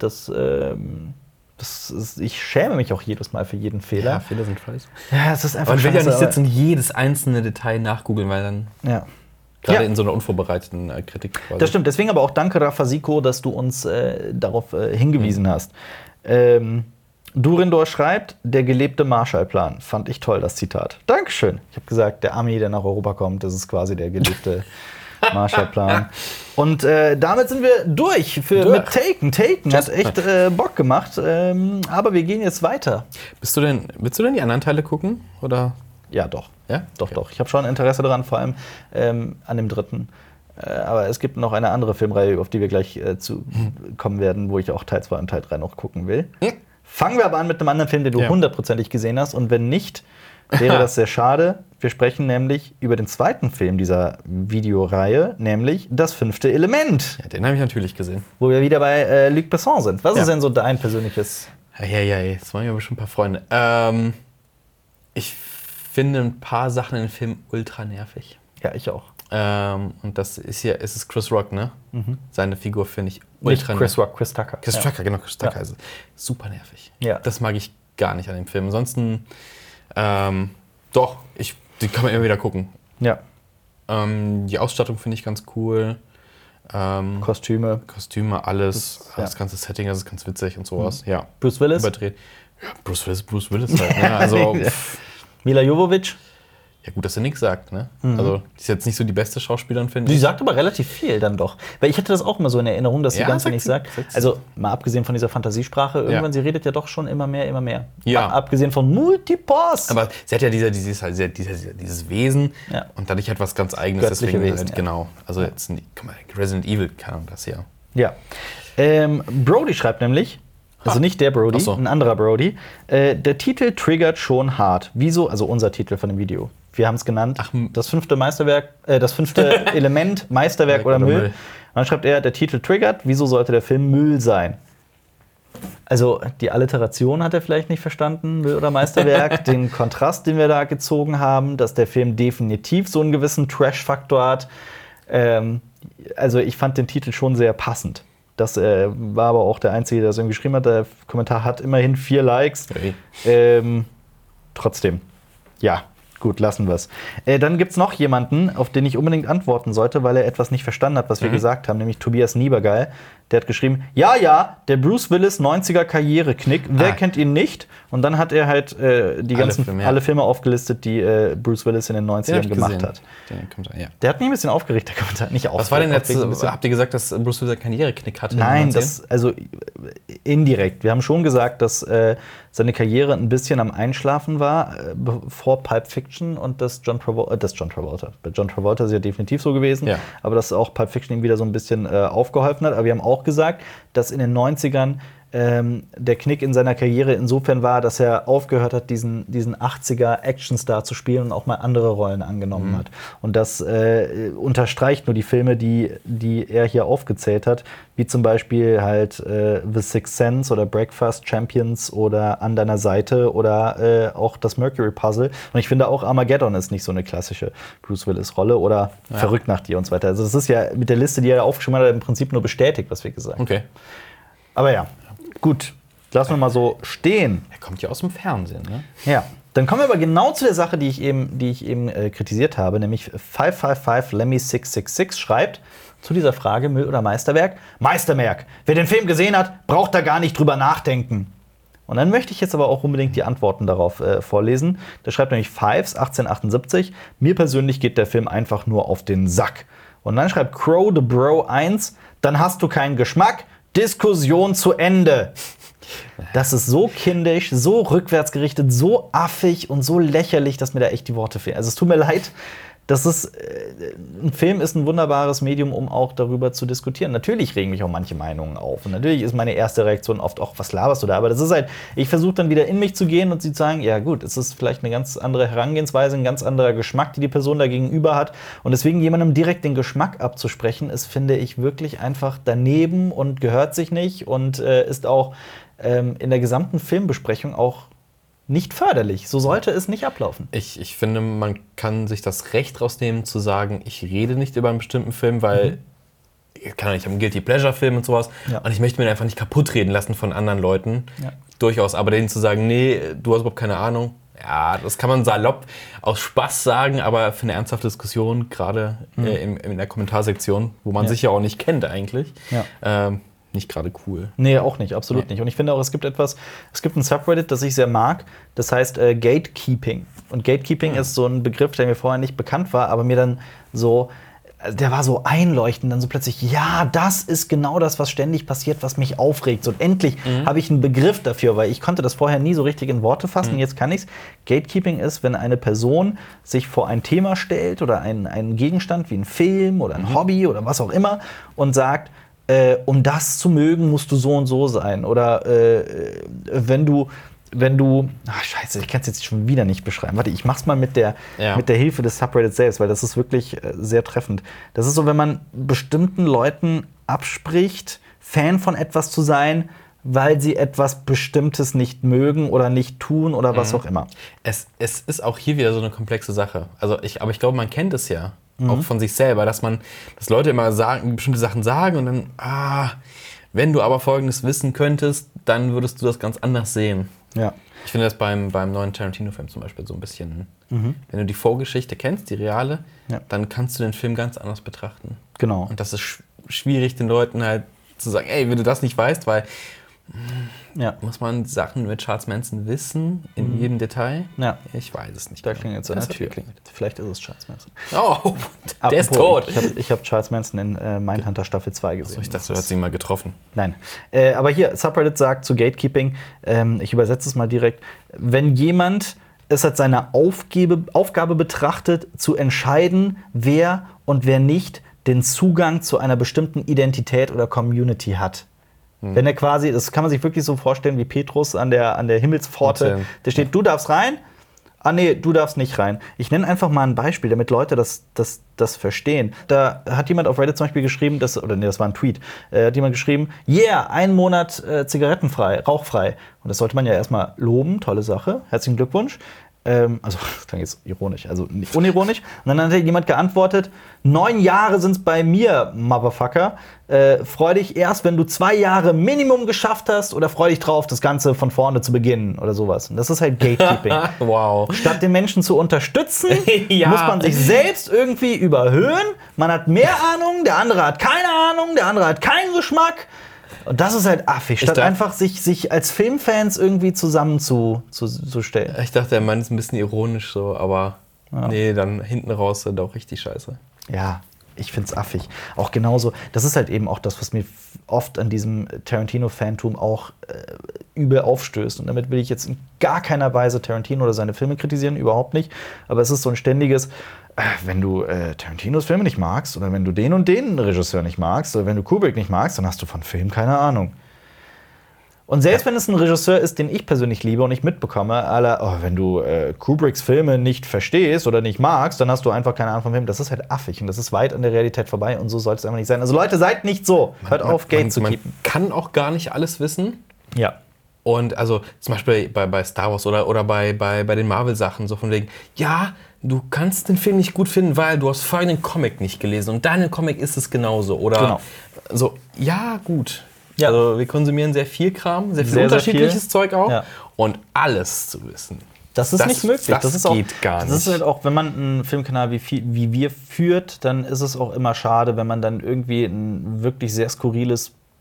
ich schäme mich auch jedes Mal für jeden Fehler. Ja, Fehler sind scheiße. Ja, es ist einfach scheiße. Aber ich will ja nicht sitzen und jedes einzelne Detail nachgoogeln, weil dann gerade in so einer unvorbereiteten Kritik. Das stimmt. Deswegen aber auch danke, Rafasiko, dass du uns darauf hingewiesen hast. Durindor schreibt, der gelebte Marshallplan. Fand ich toll, das Zitat. Dankeschön. Ich habe gesagt, der Ami, der nach Europa kommt, das ist quasi der gelebte Marshallplan. Und damit sind wir durch mit Taken. Taken hat echt Bock gemacht. Aber wir gehen jetzt weiter. Willst du denn die anderen Teile gucken? Oder? Ja, doch. Ja? Doch. Ich habe schon Interesse daran, vor allem an dem dritten. Aber es gibt noch eine andere Filmreihe, auf die wir gleich zu kommen werden, wo ich auch Teil 2 und Teil 3 noch gucken will. Fangen wir aber an mit einem anderen Film, den du hundertprozentig gesehen hast. Und wenn nicht, wäre das sehr schade. Wir sprechen nämlich über den zweiten Film dieser Videoreihe, nämlich Das 5. Element. Ja, den habe ich natürlich gesehen. Wo wir wieder bei Luc Besson sind. Was ist denn so dein persönliches? Das waren ja bestimmt ein paar Freunde. Ich finde ein paar Sachen in dem Film ultra nervig. Ja, ich auch. Und das ist es ist Chris Rock, ne? Seine Figur finde ich ultra nervig. Chris Rock, Chris Tucker. Chris Tucker, genau, Chris Tucker. Also, super nervig. Ja. Das mag ich gar nicht an dem Film. Ansonsten, die kann man immer wieder gucken. Ja. Die Ausstattung finde ich ganz cool. Kostüme, alles. Das ganze Setting, das ist ganz witzig und sowas. Ja. Bruce Willis? Überdreht. Ja, Bruce Willis halt. Ne? Also, Mila Jovovich? Ja gut, dass er nichts sagt, ne? Also, die ist jetzt nicht so die beste Schauspielerin, finde ich. Sie sagt aber relativ viel dann doch. Weil ich hatte das auch immer so in Erinnerung, dass sie ganz wenig sagt. Also, mal abgesehen von dieser Fantasiesprache, irgendwann, sie redet ja doch schon immer mehr. Ja. Abgesehen von Multipass. Aber sie hat ja dieses Wesen und dadurch hat was ganz Eigenes. Göttliche deswegen Wesen, halt, genau. Also, jetzt, guck mal, Resident Evil kann das ja. Ja. Brody schreibt nämlich, also nicht der Brody, ein anderer Brody, der Titel triggert schon hart. Wieso? Also unser Titel von dem Video. Wir haben es genannt, das 5. Meisterwerk, das 5. Element, Meisterwerk oder Müll. Und dann schreibt er, der Titel triggert, wieso sollte der Film Müll sein? Also die Alliteration hat er vielleicht nicht verstanden, Müll oder Meisterwerk. Den Kontrast, den wir da gezogen haben, dass der Film definitiv so einen gewissen Trash-Faktor hat. Also ich fand den Titel schon sehr passend. Das war aber auch der Einzige, der es irgendwie geschrieben hat. Der Kommentar hat immerhin 4 Likes. Hey. Trotzdem, ja. Gut, lassen wir es. Dann gibt es noch jemanden, auf den ich unbedingt antworten sollte, weil er etwas nicht verstanden hat, was wir gesagt haben, nämlich Tobias Niebergeil. Der hat geschrieben, der Bruce Willis 90er Karriereknick, wer kennt ihn nicht? Und dann hat er halt alle Filme aufgelistet, die Bruce Willis in den 90ern gemacht hat. Der hat mich ein bisschen aufgeregt, der Kommentar. Nicht aufgeregt. Was war denn jetzt? Habt ihr gesagt, dass Bruce Willis einen Karriereknick hatte? Nein, also indirekt. Wir haben schon gesagt, dass seine Karriere ein bisschen am Einschlafen war, vor Pulp Fiction und das John Travolta. Bei John Travolta ist es ja definitiv so gewesen, aber dass auch Pulp Fiction ihm wieder so ein bisschen aufgeholfen hat. Aber wir haben auch gesagt, dass in den 90ern der Knick in seiner Karriere insofern war, dass er aufgehört hat, diesen 80er Actionstar zu spielen und auch mal andere Rollen angenommen hat. Und das unterstreicht nur die Filme, die er hier aufgezählt hat, wie zum Beispiel halt The Sixth Sense oder Breakfast Champions oder An deiner Seite oder auch das Mercury Puzzle. Und ich finde auch Armageddon ist nicht so eine klassische Bruce Willis-Rolle oder Verrückt nach dir und so weiter. Also das ist ja mit der Liste, die er aufgeschrieben hat, im Prinzip nur bestätigt, was wir gesagt haben. Okay. Aber ja. Gut, lassen wir mal so stehen. Er kommt ja aus dem Fernsehen, ne? Ja. Dann kommen wir aber genau zu der Sache, die ich eben kritisiert habe, nämlich 555 Lemmy 666 schreibt zu dieser Frage Müll oder Meisterwerk. Meisterwerk. Wer den Film gesehen hat, braucht da gar nicht drüber nachdenken. Und dann möchte ich jetzt aber auch unbedingt die Antworten darauf vorlesen. Da schreibt nämlich Fives 1878. Mir persönlich geht der Film einfach nur auf den Sack. Und dann schreibt Crow the Bro 1. Dann hast du keinen Geschmack. Diskussion zu Ende. Das ist so kindisch, so rückwärtsgerichtet, so affig und so lächerlich, dass mir da echt die Worte fehlen. Also es tut mir leid. Ein Film ist ein wunderbares Medium, um auch darüber zu diskutieren. Natürlich regen mich auch manche Meinungen auf. Und natürlich ist meine erste Reaktion oft auch, was laberst du da? Aber das ist halt, ich versuche dann wieder in mich zu gehen und zu sagen, ja gut, es ist vielleicht eine ganz andere Herangehensweise, ein ganz anderer Geschmack, die Person da gegenüber hat. Und deswegen jemandem direkt den Geschmack abzusprechen, ist, finde ich, wirklich einfach daneben und gehört sich nicht und ist auch in der gesamten Filmbesprechung auch nicht förderlich. So sollte es nicht ablaufen. Ich finde, man kann sich das Recht rausnehmen, zu sagen, ich rede nicht über einen bestimmten Film, weil ich habe einen Guilty Pleasure-Film und sowas. Ja. Und ich möchte mir einfach nicht kaputt reden lassen von anderen Leuten. Ja. Durchaus. Aber denen zu sagen, nee, du hast überhaupt keine Ahnung. Ja, das kann man salopp aus Spaß sagen, aber für eine ernsthafte Diskussion, gerade in der Kommentarsektion, wo man sich ja auch nicht kennt eigentlich, nicht gerade cool. Nee, auch nicht, absolut nicht. Und ich finde auch, es gibt ein Subreddit, das ich sehr mag, das heißt Gatekeeping. Und Gatekeeping ist so ein Begriff, der mir vorher nicht bekannt war, aber mir dann so, der war so einleuchtend, dann so plötzlich, ja, das ist genau das, was ständig passiert, was mich aufregt. So, und endlich habe ich einen Begriff dafür, weil ich konnte das vorher nie so richtig in Worte fassen, jetzt kann ich's. Gatekeeping ist, wenn eine Person sich vor ein Thema stellt oder einen Gegenstand wie ein Film oder ein Hobby oder was auch immer und sagt, um das zu mögen, musst du so und so sein. Oder wenn du scheiße, ich kann es jetzt schon wieder nicht beschreiben. Warte, ich mach's mal mit der Hilfe des Subreddits selbst, weil das ist wirklich sehr treffend. Das ist so, wenn man bestimmten Leuten abspricht, Fan von etwas zu sein, weil sie etwas Bestimmtes nicht mögen oder nicht tun oder was auch immer. Es ist auch hier wieder so eine komplexe Sache. Aber ich glaube, man kennt es ja. Auch von sich selber, dass Leute immer bestimmte Sachen sagen und dann, wenn du aber Folgendes wissen könntest, dann würdest du das ganz anders sehen. Ja. Ich finde das beim neuen Tarantino-Film zum Beispiel so ein bisschen, wenn du die Vorgeschichte kennst, die reale, dann kannst du den Film ganz anders betrachten. Genau. Und das ist schwierig, den Leuten halt zu sagen, ey, wenn du das nicht weißt, weil muss man Sachen mit Charles Manson wissen, in jedem Detail? Ja. Ich weiß es nicht. Da klingelt es an der Tür. Vielleicht ist es Charles Manson. Oh, der ist tot. Ich hab Charles Manson in Mindhunter Staffel 2 gesehen. Achso, ich dachte, du hast ihn mal getroffen. Nein. Aber hier, Subreddit sagt zu Gatekeeping, ich übersetze es mal direkt, wenn jemand es als seine Aufgabe betrachtet, zu entscheiden, wer und wer nicht den Zugang zu einer bestimmten Identität oder Community hat. Wenn er quasi, das kann man sich wirklich so vorstellen wie Petrus an der Himmelspforte, der steht, du darfst rein, nee, du darfst nicht rein. Ich nenne einfach mal ein Beispiel, damit Leute das verstehen. Da hat jemand auf Reddit zum Beispiel geschrieben, das war ein Tweet, hat jemand geschrieben, yeah, 1 Monat zigarettenfrei, rauchfrei. Und das sollte man ja erstmal loben, tolle Sache, herzlichen Glückwunsch. Also, das klingt jetzt ironisch, also nicht unironisch. Und dann hat jemand geantwortet, 9 Jahre sind's bei mir, Motherfucker. Freu dich erst, wenn du 2 Jahre Minimum geschafft hast oder freu dich drauf, das Ganze von vorne zu beginnen oder sowas. Und das ist halt Gatekeeping. Wow. Statt den Menschen zu unterstützen, muss man sich selbst irgendwie überhöhen. Man hat mehr Ahnung, der andere hat keine Ahnung, der andere hat keinen Geschmack. Und das ist halt affig, statt einfach sich als Filmfans irgendwie zusammenzustellen. Ich dachte, er meint es ein bisschen ironisch so, aber nee, dann hinten raus ist auch richtig scheiße. Ja, ich find's affig. Auch genauso, das ist halt eben auch das, was mir oft an diesem Tarantino-Fantum auch übel aufstößt. Und damit will ich jetzt in gar keiner Weise Tarantino oder seine Filme kritisieren, überhaupt nicht. Aber es ist so ein ständiges, wenn du Tarantinos Filme nicht magst oder wenn du den und den Regisseur nicht magst oder wenn du Kubrick nicht magst, dann hast du von Film keine Ahnung. Und selbst wenn es ein Regisseur ist, den ich persönlich liebe und ich mitbekomme, wenn du Kubricks Filme nicht verstehst oder nicht magst, dann hast du einfach keine Ahnung vom Film. Das ist halt affig und das ist weit an der Realität vorbei und so sollte es einfach nicht sein. Also Leute, seid nicht so. Hört auf, Gate zu keepen. Man kann auch gar nicht alles wissen. Ja. Und also zum Beispiel bei Star Wars oder bei den Marvel-Sachen, so von wegen, ja, du kannst den Film nicht gut finden, weil du hast vorhin den Comic nicht gelesen und dein Comic ist es genauso. Oder so, ja, gut. Ja. Also wir konsumieren sehr viel Kram, sehr viel unterschiedliches Zeug auch. Ja. Und alles zu wissen. Das ist nicht möglich. Das geht gar nicht. Das ist halt auch, wenn man einen Filmkanal wie wir führt, dann ist es auch immer schade, wenn man dann irgendwie ein wirklich sehr skurriles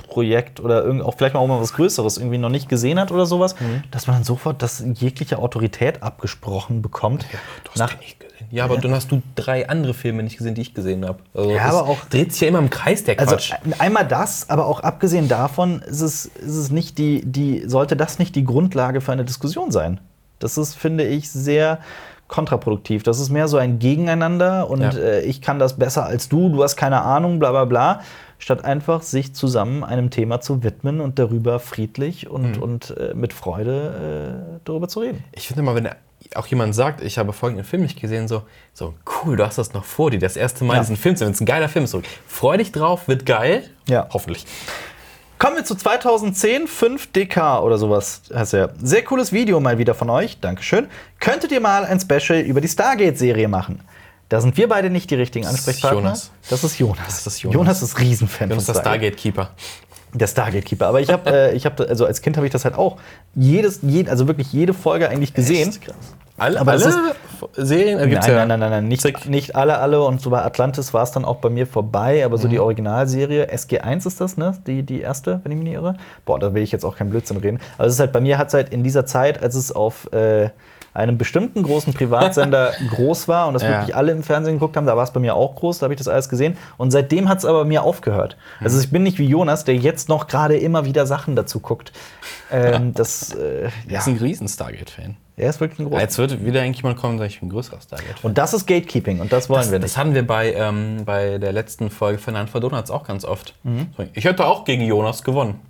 Projekt oder auch vielleicht mal was Größeres irgendwie noch nicht gesehen hat oder sowas, dass man dann sofort das jegliche Autorität abgesprochen bekommt. Ja, du hast den nicht gesehen. Ja, aber dann hast du 3 andere Filme nicht gesehen, die ich gesehen habe. Also ja, aber auch dreht sich ja immer im Kreis, der Quatsch. Also einmal das, aber auch abgesehen davon ist es nicht sollte das nicht die Grundlage für eine Diskussion sein. Das ist, finde ich, sehr kontraproduktiv. Das ist mehr so ein Gegeneinander und ich kann das besser als du hast keine Ahnung, bla bla bla, statt einfach sich zusammen einem Thema zu widmen und darüber friedlich und mit Freude darüber zu reden. Ich finde mal, wenn auch jemand sagt, ich habe folgenden Film nicht gesehen, so cool, du hast das noch vor dir, das erste Mal diesen Film zu sehen, wenn es ein geiler Film ist, so freu dich drauf, wird geil, hoffentlich. Kommen wir zu 2010, 5DK oder sowas heißt ja. Sehr cooles Video mal wieder von euch, Dankeschön. Könntet ihr mal ein Special über die Stargate-Serie machen? Da sind wir beide nicht die richtigen Ansprechpartner. Das ist Jonas. Jonas ist Riesenfan von Stargate. Stargate-Keeper. Der Stargate-Keeper. Aber ich also als Kind habe ich das halt auch also wirklich jede Folge eigentlich gesehen. Echt? Krass. Alle Serien? Nein, nicht alle. Und so bei Atlantis war es dann auch bei mir vorbei. Aber so die Originalserie, SG1 ist das, ne? Die erste, wenn ich mich nicht irre. Boah, da will ich jetzt auch keinen Blödsinn reden. Aber es ist halt, bei mir hat es halt in dieser Zeit, als es auf einem bestimmten großen Privatsender groß war und das wirklich alle im Fernsehen geguckt haben, da war es bei mir auch groß, da habe ich das alles gesehen. Und seitdem hat es aber bei mir aufgehört. Also ich bin nicht wie Jonas, der jetzt noch gerade immer wieder Sachen dazu guckt. Er ist ein riesen Stargate-Fan. Er ist wirklich ein großer. Jetzt wird wieder irgendjemand kommen und sagen, ich bin ein größerer Stargate-Fan. Und das ist Gatekeeping und das wollen wir nicht. Das hatten wir bei der letzten Folge von Fernand Donuts auch ganz oft. Ich hätte auch gegen Jonas gewonnen.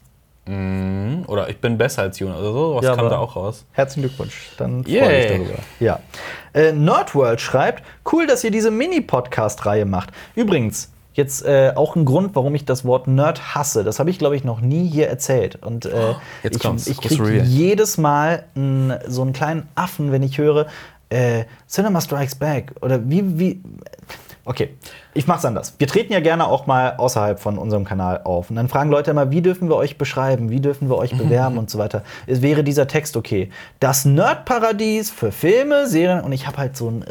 Oder ich bin besser als Jonas. Also sowas kam da auch raus. Herzlichen Glückwunsch. Dann freue ich mich darüber. Ja. Nerdworld schreibt, cool, dass ihr diese Mini-Podcast-Reihe macht. Übrigens, jetzt auch ein Grund, warum ich das Wort Nerd hasse. Das habe ich, glaube ich, noch nie hier erzählt. Und ich kriege jedes Mal so einen kleinen Affen, wenn ich höre, Cinema Strikes Back. Oder wie. Okay, ich mach's anders. Wir treten ja gerne auch mal außerhalb von unserem Kanal auf. Und dann fragen Leute immer, wie dürfen wir euch beschreiben, wie dürfen wir euch bewerben und so weiter. Es wäre dieser Text okay. Das Nerdparadies für Filme, Serien. Und ich habe halt so einen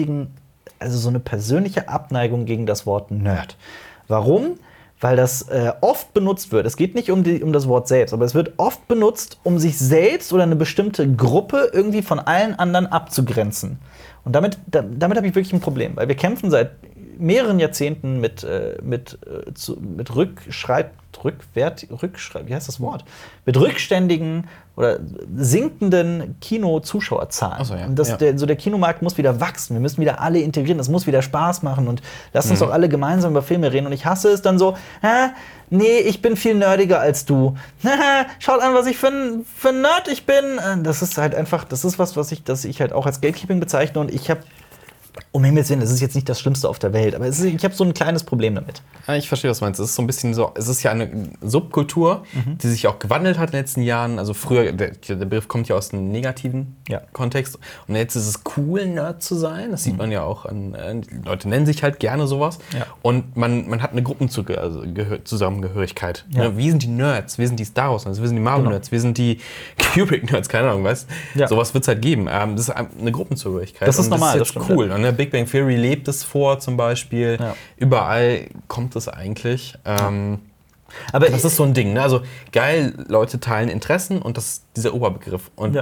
so eine persönliche Abneigung gegen das Wort Nerd. Warum? Weil das oft benutzt wird. Es geht nicht um das Wort selbst, aber es wird oft benutzt, um sich selbst oder eine bestimmte Gruppe irgendwie von allen anderen abzugrenzen. Und damit habe ich wirklich ein Problem, weil wir kämpfen seit mehreren Jahrzehnten mit rückständigen oder sinkenden Kinozuschauerzahlen. Ach so, ja. Und der Kinomarkt muss wieder wachsen. Wir müssen wieder alle integrieren. Das muss wieder Spaß machen. Und lasst uns doch alle gemeinsam über Filme reden. Und ich hasse es dann so, nee, ich bin viel nerdiger als du. Schaut an, was ich für ein Nerd ich bin. Das ist halt einfach, das ist was ich halt auch als Gatekeeping bezeichne. Und ich habe, um Himmels Willen, das ist jetzt nicht das Schlimmste auf der Welt, aber ich habe so ein kleines Problem damit. Ja, ich verstehe, was du meinst. Es ist so ein bisschen so, es ist ja eine Subkultur, die sich auch gewandelt hat in den letzten Jahren. Also früher, der Begriff kommt ja aus einem negativen Kontext. Und jetzt ist es cool, Nerd zu sein. Das sieht man ja auch an, die Leute nennen sich halt gerne sowas. Ja. Und man hat eine Gruppenzusammengehörigkeit. Ja. Wir sind die Nerds, wir sind die Star Wars-Nerds, wir sind die Marvel-Nerds, wir sind die Kubrick-Nerds, keine Ahnung, weißt du? Ja. Sowas wird es halt geben. Das ist eine Gruppenzugehörigkeit. Das ist normal, das ist jetzt cool. Und der Big Bang Theory lebt es vor, zum Beispiel. Ja. Überall kommt es eigentlich. Aber das ist so ein Ding, ne? Also geil, Leute teilen Interessen und das ist dieser Oberbegriff. Und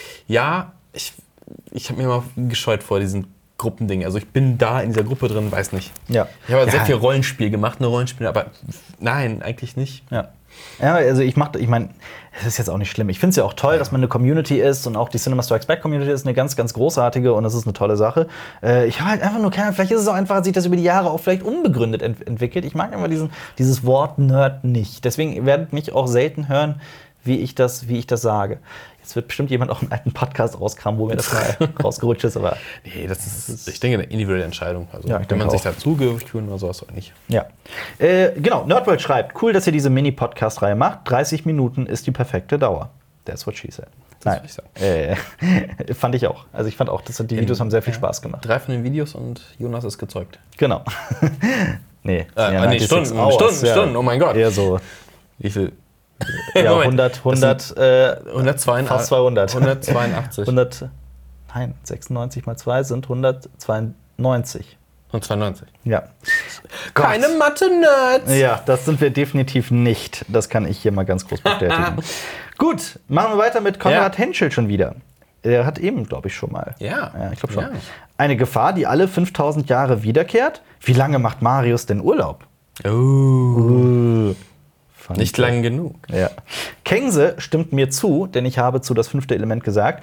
ich habe mir immer gescheut vor diesen Gruppendingen. Also ich bin da in dieser Gruppe drin, weiß nicht. Ja. Ich habe sehr viel Rollenspiel gemacht, aber nein, eigentlich nicht. Ja. Ja, also ich meine, es ist jetzt auch nicht schlimm. Ich finde es ja auch toll, dass man eine Community ist und auch die Cinema Strikes Back Community ist eine ganz, ganz großartige und das ist eine tolle Sache. Ich habe halt einfach nur vielleicht ist es auch einfach, hat sich das über die Jahre auch vielleicht unbegründet entwickelt. Ich mag einfach dieses Wort Nerd nicht. Deswegen werdet mich auch selten hören, wie ich das sage. Jetzt wird bestimmt jemand auch einen alten Podcast rauskramen, wo mir das mal rausgerutscht ist. Aber nee, das ist, ich denke, eine individuelle Entscheidung. Also, wenn man sich dazugehörig fühlt oder sowas, oder nicht. Ja. Genau, Nerdworld schreibt, cool, dass ihr diese Mini-Podcast-Reihe macht. 30 Minuten ist die perfekte Dauer. That's what she said. Nein, fand ich auch. Also ich fand auch, die Videos haben sehr viel Spaß gemacht. 3 von den Videos und Jonas ist gezeugt. Genau. Stunden, oh mein Gott. Eher so. Wie viel? Ja, 182. Fast 200. 182. 96 mal 2 sind 192. 192. Ja. Keine Mathe-Nerds. Ja, das sind wir definitiv nicht. Das kann ich hier mal ganz groß bestätigen. Gut, machen wir weiter mit Konrad Henschel schon wieder. Der hat eben, glaube ich, schon mal. Ja, ich glaube schon. Ja. Eine Gefahr, die alle 5000 Jahre wiederkehrt? Wie lange macht Marius denn Urlaub? Nicht lang genug. Ja. Kengse stimmt mir zu, denn ich habe zu Das 5. Element gesagt.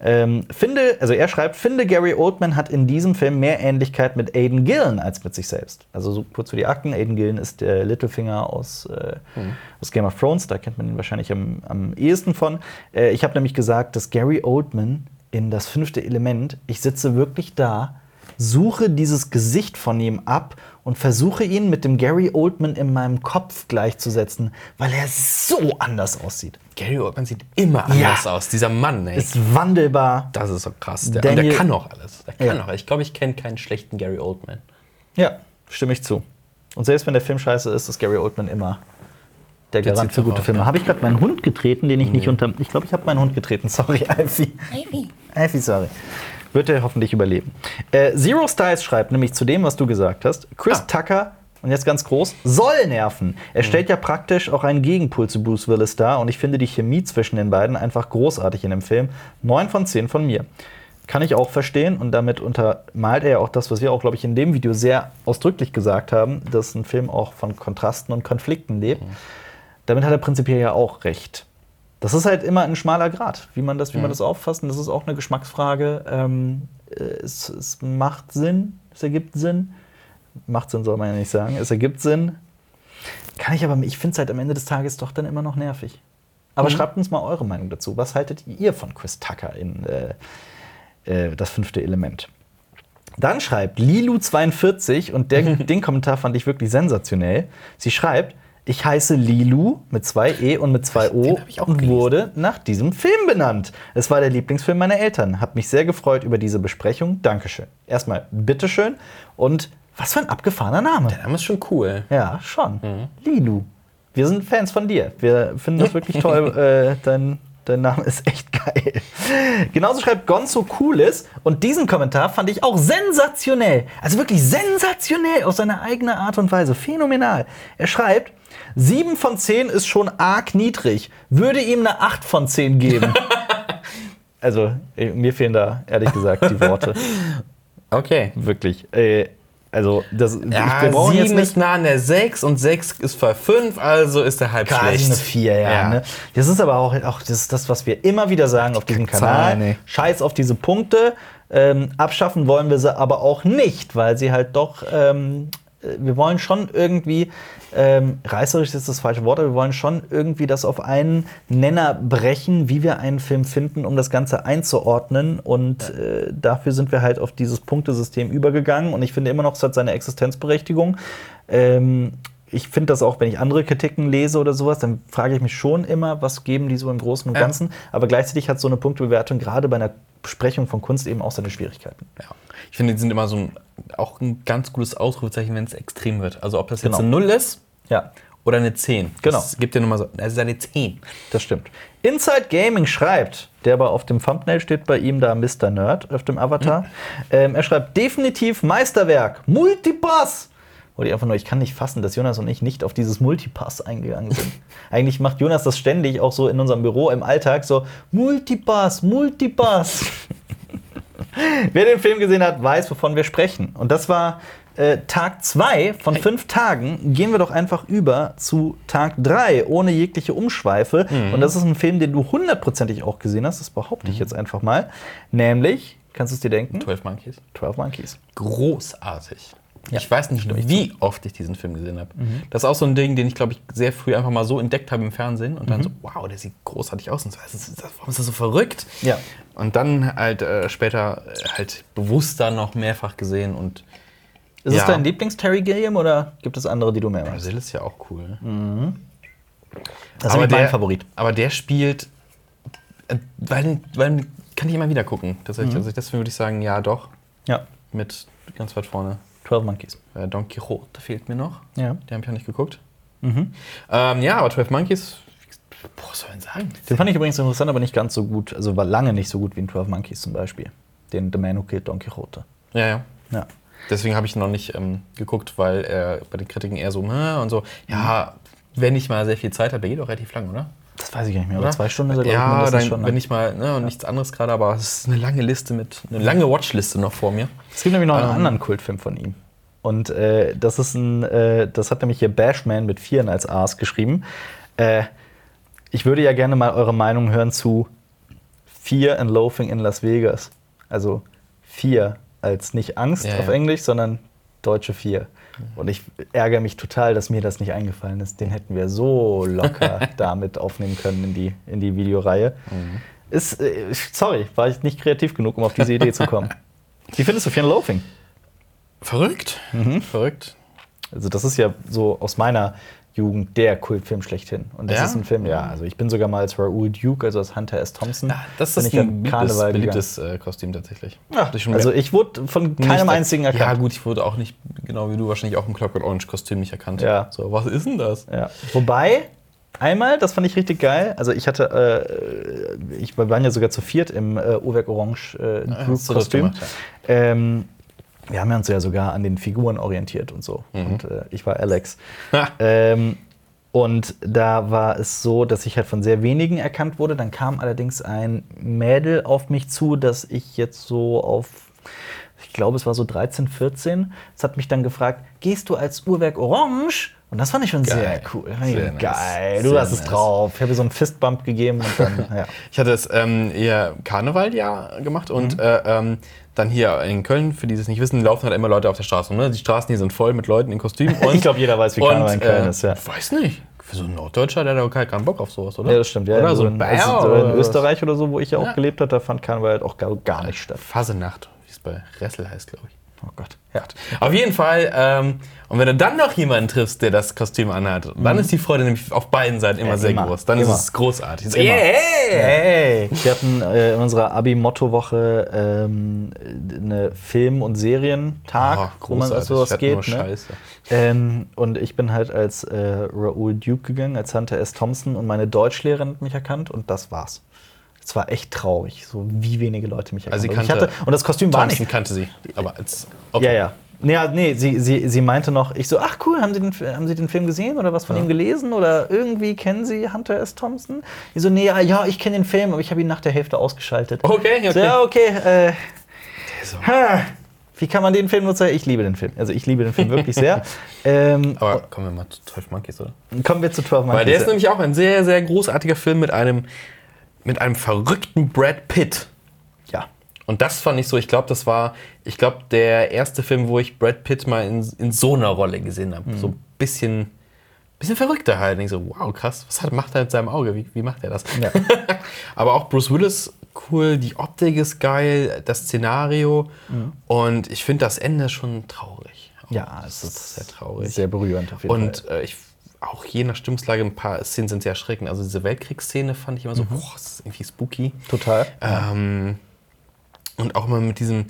Er schreibt, finde, Gary Oldman hat in diesem Film mehr Ähnlichkeit mit Aidan Gillen als mit sich selbst. Also so kurz für die Akten, Aidan Gillen ist der Littlefinger aus Game of Thrones, da kennt man ihn wahrscheinlich am ehesten von. Ich habe nämlich gesagt, dass Gary Oldman in Das 5. Element, ich sitze wirklich da, suche dieses Gesicht von ihm ab und versuche ihn mit dem Gary Oldman in meinem Kopf gleichzusetzen, weil er so anders aussieht. Gary Oldman sieht immer anders aus, dieser Mann. Ey. Ist wandelbar. Das ist so krass. Der kann auch alles. Ich glaube, ich kenne keinen schlechten Gary Oldman. Ja, stimme ich zu. Und selbst wenn der Film scheiße ist Gary Oldman immer der Garant für gute Filme. Habe ich gerade meinen Hund getreten, den ich nicht unter... Ich glaube, ich habe meinen Hund getreten. Sorry, Alfie. Alfie, sorry. Wird er hoffentlich überleben. Zero Styles schreibt nämlich zu dem, was du gesagt hast. Chris Tucker, und jetzt ganz groß, soll nerven. Er stellt ja praktisch auch einen Gegenpol zu Bruce Willis dar. Und ich finde die Chemie zwischen den beiden einfach großartig in dem Film. 9 von 10 von mir. Kann ich auch verstehen. Und damit untermalt er ja auch das, was wir auch, glaube ich, in dem Video sehr ausdrücklich gesagt haben, dass ein Film auch von Kontrasten und Konflikten lebt. Damit hat er prinzipiell ja auch recht. Das ist halt immer ein schmaler Grat, wie man das auffasst. Und das ist auch eine Geschmacksfrage. Es macht Sinn, es ergibt Sinn. Macht Sinn soll man ja nicht sagen. Es ergibt Sinn. Ich finde es halt am Ende des Tages doch dann immer noch nervig. Aber schreibt uns mal eure Meinung dazu. Was haltet ihr von Chris Tucker in Das 5. Element? Dann schreibt Lilu42, und den Kommentar fand ich wirklich sensationell. Sie schreibt, ich heiße Lilu mit 2 E und mit 2 O und wurde nach diesem Film benannt. Es war der Lieblingsfilm meiner Eltern. Hab mich sehr gefreut über diese Besprechung. Dankeschön. Erstmal bitteschön. Und was für ein abgefahrener Name. Der Name ist schon cool. Ja, schon. Lilu. Wir sind Fans von dir. Wir finden das wirklich toll. Dein Name ist echt geil. Genauso schreibt Gonzo Coolis. Und diesen Kommentar fand ich auch sensationell. Also wirklich sensationell auf seine eigene Art und Weise. Phänomenal. Er schreibt, 7 von 10 ist schon arg niedrig. Würde ihm eine 8 von 10 geben. Also, mir fehlen da ehrlich gesagt die Worte. Okay. Wirklich. Wir brauchen 7 jetzt nicht ist nah an der 6 und 6 ist bei 5, also ist er halb schlecht. Eine 4, ja. Ne? Das ist aber auch das ist das, was wir immer wieder sagen auf diesem Kanal. Scheiß auf diese Punkte. Abschaffen wollen wir sie aber auch nicht, weil sie halt doch wir wollen schon irgendwie, reißerisch ist das falsche Wort, aber wir wollen schon irgendwie das auf einen Nenner brechen, wie wir einen Film finden, um das Ganze einzuordnen. Und dafür sind wir halt auf dieses Punktesystem übergegangen. Und ich finde immer noch, es hat seine Existenzberechtigung. Ich finde das auch, wenn ich andere Kritiken lese oder sowas, dann frage ich mich schon immer, was geben die so im Großen und Ganzen. Aber gleichzeitig hat so eine Punktebewertung gerade bei einer Besprechung von Kunst eben auch seine Schwierigkeiten. Ja. Ich finde, die sind immer auch ein ganz gutes Ausrufezeichen, wenn es extrem wird. Also ob das jetzt eine 0 ist oder eine 10. Genau. Das gibt ja nochmal so, das ist eine 10. Das stimmt. Inside Gaming schreibt, der aber auf dem Thumbnail steht bei ihm da Mr. Nerd auf dem Avatar. Er schreibt, definitiv Meisterwerk, Multipass. Oder einfach nur, ich kann nicht fassen, dass Jonas und ich nicht auf dieses Multipass eingegangen sind. Eigentlich macht Jonas das ständig, auch so in unserem Büro im Alltag, so Multipass, Multipass. Wer den Film gesehen hat, weiß, wovon wir sprechen. Und das war Tag 2 von 5 Tagen. Gehen wir doch einfach über zu Tag 3, ohne jegliche Umschweife. Und das ist ein Film, den du 100%ig auch gesehen hast. Das behaupte ich jetzt einfach mal. Nämlich, kannst du es dir denken? 12 Monkeys. 12 Monkeys. Großartig. Ja, ich weiß nicht, wie oft ich diesen Film gesehen habe. Das ist auch so ein Ding, den ich, glaube ich, sehr früh einfach mal so entdeckt habe im Fernsehen. Und dann so, wow, der sieht großartig aus. Und so, warum ist das so verrückt? Ja. Und dann halt später halt bewusster noch mehrfach gesehen. Und ist es dein Lieblings-Terry Gilliam oder gibt es andere, die du mehr magst? Brazil ist ja auch cool. Das ist mein Favorit. Aber der spielt, weil kann ich immer wieder gucken. Deswegen würde ich sagen, ja doch. Ja. Mit ganz weit vorne. 12 Monkeys. Don Quixote fehlt mir noch. Ja. Den habe ich auch nicht geguckt. Aber 12 Monkeys, was soll man sagen? Den fand ich übrigens interessant, aber nicht ganz so gut. Also war lange nicht so gut wie in 12 Monkeys zum Beispiel. Den The Man Who Killed Don Quixote. Ja. Deswegen habe ich noch nicht geguckt, weil er bei den Kritiken eher so und so, ja, wenn ich mal sehr viel Zeit habe, der geht auch relativ lang, oder? Das weiß ich gar nicht mehr, oder? 2 Stunden ist er, ja, dann, schon, wenn ich mal, und nichts anderes gerade, aber es ist eine lange Watchliste noch vor mir. Es gibt nämlich noch einen anderen Kultfilm von ihm. Und das ist das hat nämlich hier Bashman mit 4 als A's geschrieben. Ich würde ja gerne mal eure Meinung hören zu Fear and Loathing in Las Vegas. Also Fear als nicht Angst auf Englisch, sondern deutsche Fear. Und ich ärgere mich total, dass mir das nicht eingefallen ist. Den hätten wir so locker damit aufnehmen können in die Videoreihe. Sorry, war ich nicht kreativ genug, um auf diese Idee zu kommen. Wie findest du Fear and Loathing? Verrückt. Verrückt. Also das ist ja so aus meiner Jugend der Kultfilm schlechthin. Und das ist ein Film, also ich bin sogar mal als Raoul Duke, also als Hunter S. Thompson. Ja, das ist ein beliebtes Kostüm tatsächlich. Ja, also ich wurde von keinem einzigen erkannt. Ja gut, ich wurde auch nicht, genau wie du, wahrscheinlich auch im Clockwork Orange Kostüm nicht erkannt. Ja. So, was ist denn das? Ja. Wobei, einmal, das fand ich richtig geil, also wir waren ja sogar zu 4 im Uhrwerk Orange Kostüm. Wir haben uns ja sogar an den Figuren orientiert und so. Und ich war Alex. Und da war es so, dass ich halt von sehr wenigen erkannt wurde. Dann kam allerdings ein Mädel auf mich zu, dass ich jetzt so auf, ich glaube, es war so 13, 14. Das hat mich dann gefragt, gehst du als Uhrwerk Orange? Und das fand ich schon sehr cool. Sehr geil, du hast es drauf. Ich habe so einen Fistbump gegeben und dann, Ich hatte es eher Karnevaljahr gemacht und dann hier in Köln, für die es nicht wissen, laufen halt immer Leute auf der Straße. Ne? Die Straßen hier sind voll mit Leuten in Kostümen. Und ich glaube, jeder weiß, wie Karneval in Köln ist. Ja. Weiß nicht. Für so einen Norddeutscher, der hat keinen Bock auf sowas, oder? Ja, das stimmt. Ja, oder so in Österreich oder so, wo ich ja auch gelebt habe, da fand Karneval halt auch gar nicht statt. Fasenacht, wie es bei Ressel heißt, glaube ich. Oh Gott. Ja. Auf jeden Fall, und wenn du dann noch jemanden triffst, der das Kostüm anhat, dann ist die Freude nämlich auf beiden Seiten immer sehr groß. Dann ist es großartig. Hey! Wir hatten in unserer Abi-Motto-Woche eine Film- und Serientag, wo man also was geht. Ne? Und ich bin halt als Raoul Duke gegangen, als Hunter S. Thompson, und meine Deutschlehrerin hat mich erkannt und das war's. Es war echt traurig, so wie wenige Leute mich erkannt haben. Und das Kostüm war nicht. Kannte sie, aber als Ja. Nee, sie meinte noch, ich so, ach cool, haben Sie den Film gesehen oder was von ihm gelesen oder irgendwie kennen Sie Hunter S. Thompson? Die so, nee, ja, ich kenne den Film, aber ich habe ihn nach der Hälfte ausgeschaltet. Okay. So, ja, okay. Wie kann man den Film nutzen? Ich liebe den Film. Also ich liebe den Film wirklich sehr. Aber kommen wir mal zu 12 Monkeys, oder? Kommen wir zu 12 Monkeys. Weil der ist nämlich auch ein sehr, sehr großartiger Film mit einem verrückten Brad Pitt. Ja. Und das fand ich so, ich glaube, der erste Film, wo ich Brad Pitt mal in so einer Rolle gesehen habe. So ein bisschen verrückter halt. Und ich so, wow, krass, was macht er mit seinem Auge? Wie macht er das? Ja. Aber auch Bruce Willis, cool, die Optik ist geil, das Szenario. Und ich finde das Ende schon traurig. Ja, es ist sehr traurig. Sehr berührend auf jeden Fall. Und auch je nach Stimmungslage, ein paar Szenen sind sehr erschreckend. Also diese Weltkriegsszene fand ich immer so, das ist irgendwie spooky. Total. Und auch immer mit diese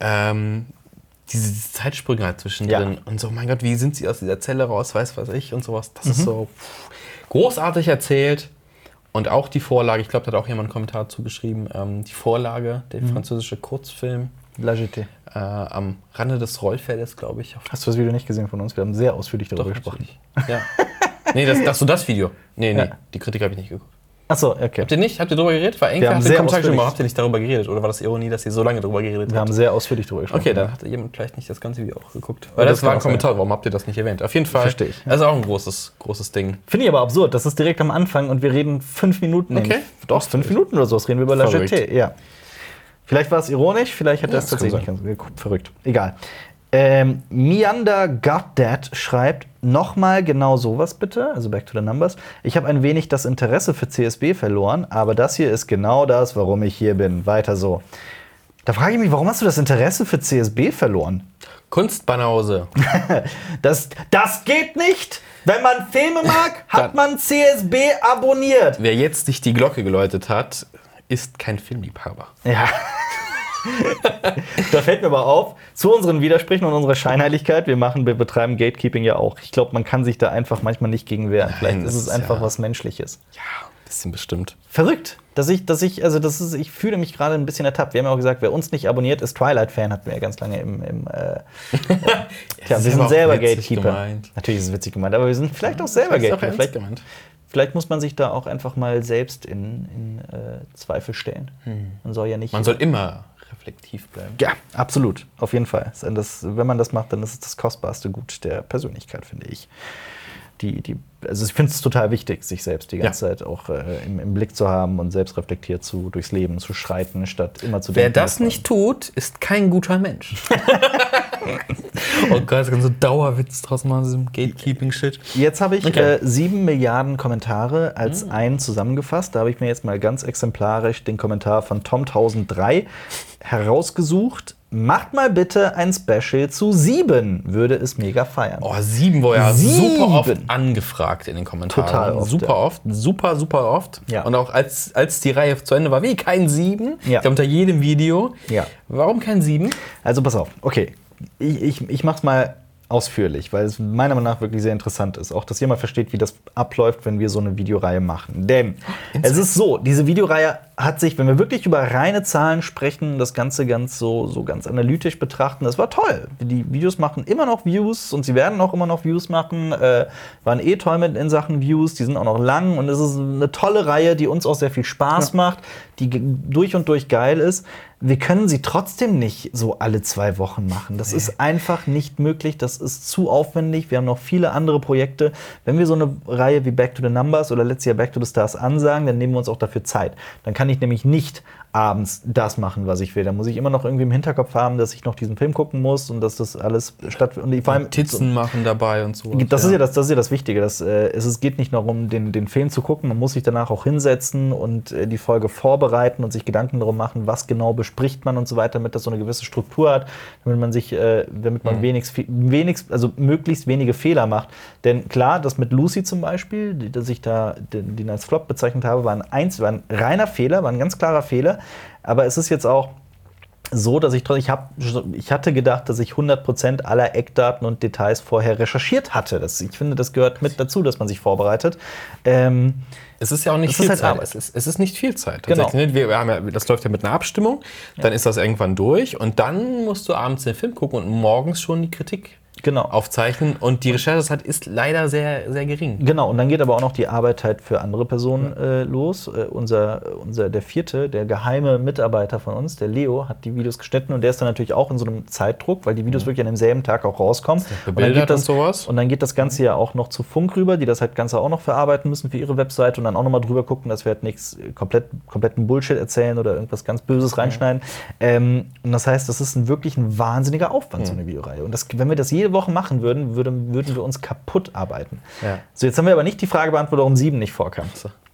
Zeitsprünge halt zwischendrin. Und so, mein Gott, wie sind sie aus dieser Zelle raus, weiß ich und sowas. Das ist so großartig erzählt. Und auch die Vorlage, ich glaube, da hat auch jemand einen Kommentar zugeschrieben, die Vorlage, der französische Kurzfilm. La Jetée. Am Rande des Rollfeldes, glaube ich. Hast du das Video nicht gesehen von uns? Wir haben sehr ausführlich darüber gesprochen. Ja. Nee, das Video. Nee, die Kritik habe ich nicht geguckt. Achso, okay. Habt ihr nicht? Habt ihr darüber geredet? Weil irgendwer hat den Kommentar geschrieben, habt ihr nicht darüber geredet? Oder war das Ironie, dass ihr so lange darüber geredet habt? Wir haben sehr ausführlich darüber gesprochen. Okay, dann hat jemand vielleicht nicht das ganze Video auch geguckt. Weil das war ein Kommentar, warum habt ihr das nicht erwähnt? Auf jeden Fall. Verstehe ich. Das ist auch ein großes Ding. Finde ich aber absurd. Das ist direkt am Anfang und wir reden 5 Minuten. Okay. Doch, 5 Minuten oder so. Reden wir über La Jetée. Ja. Vielleicht war es ironisch, vielleicht hat er es tatsächlich nicht verrückt. Egal. Meander Got That schreibt, nochmal genau sowas bitte, also back to the numbers. Ich habe ein wenig das Interesse für CSB verloren, aber das hier ist genau das, warum ich hier bin. Weiter so. Da frage ich mich, warum hast du das Interesse für CSB verloren? Kunstbanause. Das geht nicht! Wenn man Filme mag, hat man CSB abonniert. Wer jetzt nicht die Glocke geläutet hat, ist kein Filmliebhaber. Ja. Da fällt mir aber auf, zu unseren Widersprüchen und unserer Scheinheiligkeit, wir betreiben Gatekeeping ja auch. Ich glaube, man kann sich da einfach manchmal nicht gegen wehren. Vielleicht ist es einfach was Menschliches. Ja, bisschen bestimmt. Verrückt. Ich fühle mich gerade ein bisschen ertappt. Wir haben ja auch gesagt, wer uns nicht abonniert, ist Twilight-Fan, hatten wir ja ganz lange wir sind selber Gatekeeper. Gemeint. Natürlich ist es witzig gemeint, aber wir sind vielleicht auch selber Gatekeeper. Vielleicht muss man sich da auch einfach mal selbst in Zweifel stellen. Man soll immer reflektiv bleiben. Ja, absolut. Auf jeden Fall. Wenn man das macht, dann ist es das kostbarste Gut der Persönlichkeit, finde ich. Also ich finde es total wichtig, sich selbst die ganze Zeit auch im Blick zu haben und selbst reflektiert durchs Leben zu schreiten, statt immer zu denken. Wer das nicht tut, ist kein guter Mensch. Oh Gott, das kann so Dauerwitz draus machen, diesem Gatekeeping-Shit. Jetzt habe ich 7 Milliarden Kommentare als einen zusammengefasst. Da habe ich mir jetzt mal ganz exemplarisch den Kommentar von Tom1003 herausgesucht. Macht mal bitte ein Special zu 7, würde es mega feiern. Oh, 7 war ja super oft angefragt in den Kommentaren. Total oft. Super oft, super oft. Ja. Und auch als die Reihe zu Ende war, wie kein 7. Ja. Ich glaube, unter jedem Video. Ja. Warum kein 7? Also pass auf, okay. Ich mach's mal ausführlich, weil es meiner Meinung nach wirklich sehr interessant ist. Auch, dass ihr mal versteht, wie das abläuft, wenn wir so eine Videoreihe machen. Denn es ist so, diese Videoreihe hat sich, wenn wir wirklich über reine Zahlen sprechen, das Ganze ganz analytisch betrachten, das war toll. Die Videos machen immer noch Views und sie werden auch immer noch Views machen. Waren toll in Sachen Views, die sind auch noch lang und es ist eine tolle Reihe, die uns auch sehr viel Spaß macht, die durch und durch geil ist. Wir können sie trotzdem nicht so alle 2 Wochen machen. Das ist einfach nicht möglich. Das ist zu aufwendig. Wir haben noch viele andere Projekte. Wenn wir so eine Reihe wie Back to the Numbers oder letztes Jahr Back to the Stars ansagen, dann nehmen wir uns auch dafür Zeit. Dann kann ich nämlich nicht abends das machen, was ich will. Da muss ich immer noch irgendwie im Hinterkopf haben, dass ich noch diesen Film gucken muss und dass das alles stattfindet. Und vor allem Titzen machen dabei und so. Das ist ja das Wichtige. Es geht nicht nur darum, den Film zu gucken. Man muss sich danach auch hinsetzen und die Folge vorbereiten und sich Gedanken darum machen, was genau bespricht man und so weiter, damit das so eine gewisse Struktur hat, damit man möglichst wenige Fehler macht. Denn klar, das mit Lucy zum Beispiel, dass ich da den als Flop bezeichnet habe, war ein reiner Fehler, war ein ganz klarer Fehler. Aber es ist jetzt auch so, dass ich hatte gedacht, dass ich 100% aller Eckdaten und Details vorher recherchiert hatte. Ich finde, das gehört mit dazu, dass man sich vorbereitet. Es ist ja auch nicht viel Zeit. Es ist nicht viel Zeit. Genau. Das läuft ja mit einer Abstimmung, dann ist das irgendwann durch und dann musst du abends den Film gucken und morgens schon die Kritik aufzeichnen. Und die Recherchezeit ist leider sehr, sehr gering. Genau, und dann geht aber auch noch die Arbeit halt für andere Personen los. Der 4., der geheime Mitarbeiter von uns, der Leo, hat die Videos geschnitten und der ist dann natürlich auch in so einem Zeitdruck, weil die Videos wirklich an demselben Tag auch rauskommen. Und dann geht das Ganze ja auch noch zu Funk rüber, die das halt Ganze auch noch verarbeiten müssen für ihre Webseite und dann auch noch mal drüber gucken, dass wir halt nichts kompletten Bullshit erzählen oder irgendwas ganz Böses reinschneiden. Und das heißt, das ist wirklich ein wahnsinniger Aufwand, so eine Videoreihe. Und wenn wir das jede Woche machen würden wir uns kaputt arbeiten. Ja. So, jetzt haben wir aber nicht die Frage beantwortet, warum 7 nicht vorkam.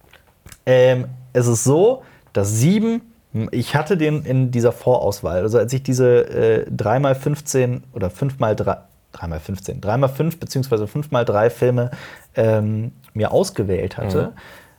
Es ist so, dass 7, ich hatte den in dieser Vorauswahl, also als ich diese 3x15 oder 5x3, 3x5 bzw. 5x3 Filme mir ausgewählt hatte,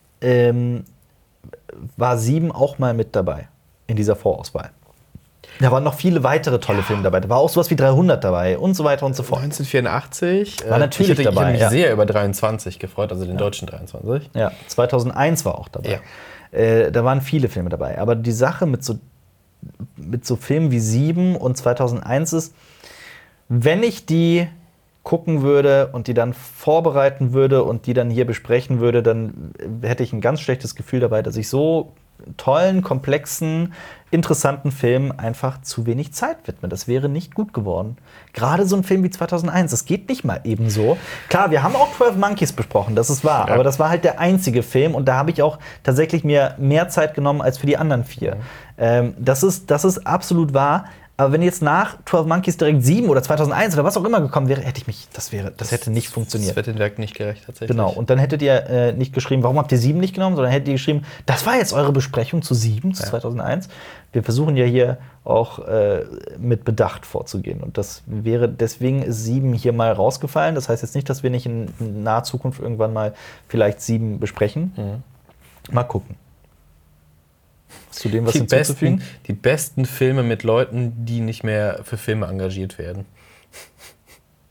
war 7 auch mal mit dabei in dieser Vorauswahl. Da waren noch viele weitere tolle Filme dabei. Da war auch sowas wie 300 dabei und so weiter und so fort. 1984 war natürlich dabei. Ich hatte mich sehr über 23 gefreut, also den deutschen 23. Ja, 2001 war auch dabei. Ja. Da waren viele Filme dabei. Aber die Sache mit so Filmen wie 7 und 2001 ist, wenn ich die gucken würde und die dann vorbereiten würde und die dann hier besprechen würde, dann hätte ich ein ganz schlechtes Gefühl dabei, dass ich so tollen, komplexen, interessanten Filmen einfach zu wenig Zeit widme. Das wäre nicht gut geworden. Gerade so ein Film wie 2001, das geht nicht mal eben so. Klar, wir haben auch 12 Monkeys besprochen, das ist wahr, aber das war halt der einzige Film und da habe ich auch tatsächlich mir mehr Zeit genommen als für die anderen 4. Das ist absolut wahr. Aber wenn jetzt nach 12 Monkeys direkt 7 oder 2001 oder was auch immer gekommen wäre, das hätte nicht funktioniert. Das wird den Werk nicht gerecht, tatsächlich. Genau, und dann hättet ihr nicht geschrieben, warum habt ihr 7 nicht genommen, sondern hättet ihr geschrieben, das war jetzt eure Besprechung zu 7, zu 2001. Wir versuchen ja hier auch mit Bedacht vorzugehen. Und deswegen ist 7 hier mal rausgefallen. Das heißt jetzt nicht, dass wir nicht in naher Zukunft irgendwann mal vielleicht 7 besprechen. Mal gucken. Zu dem, was hinzuzufügen? Die besten Filme mit Leuten, die nicht mehr für Filme engagiert werden.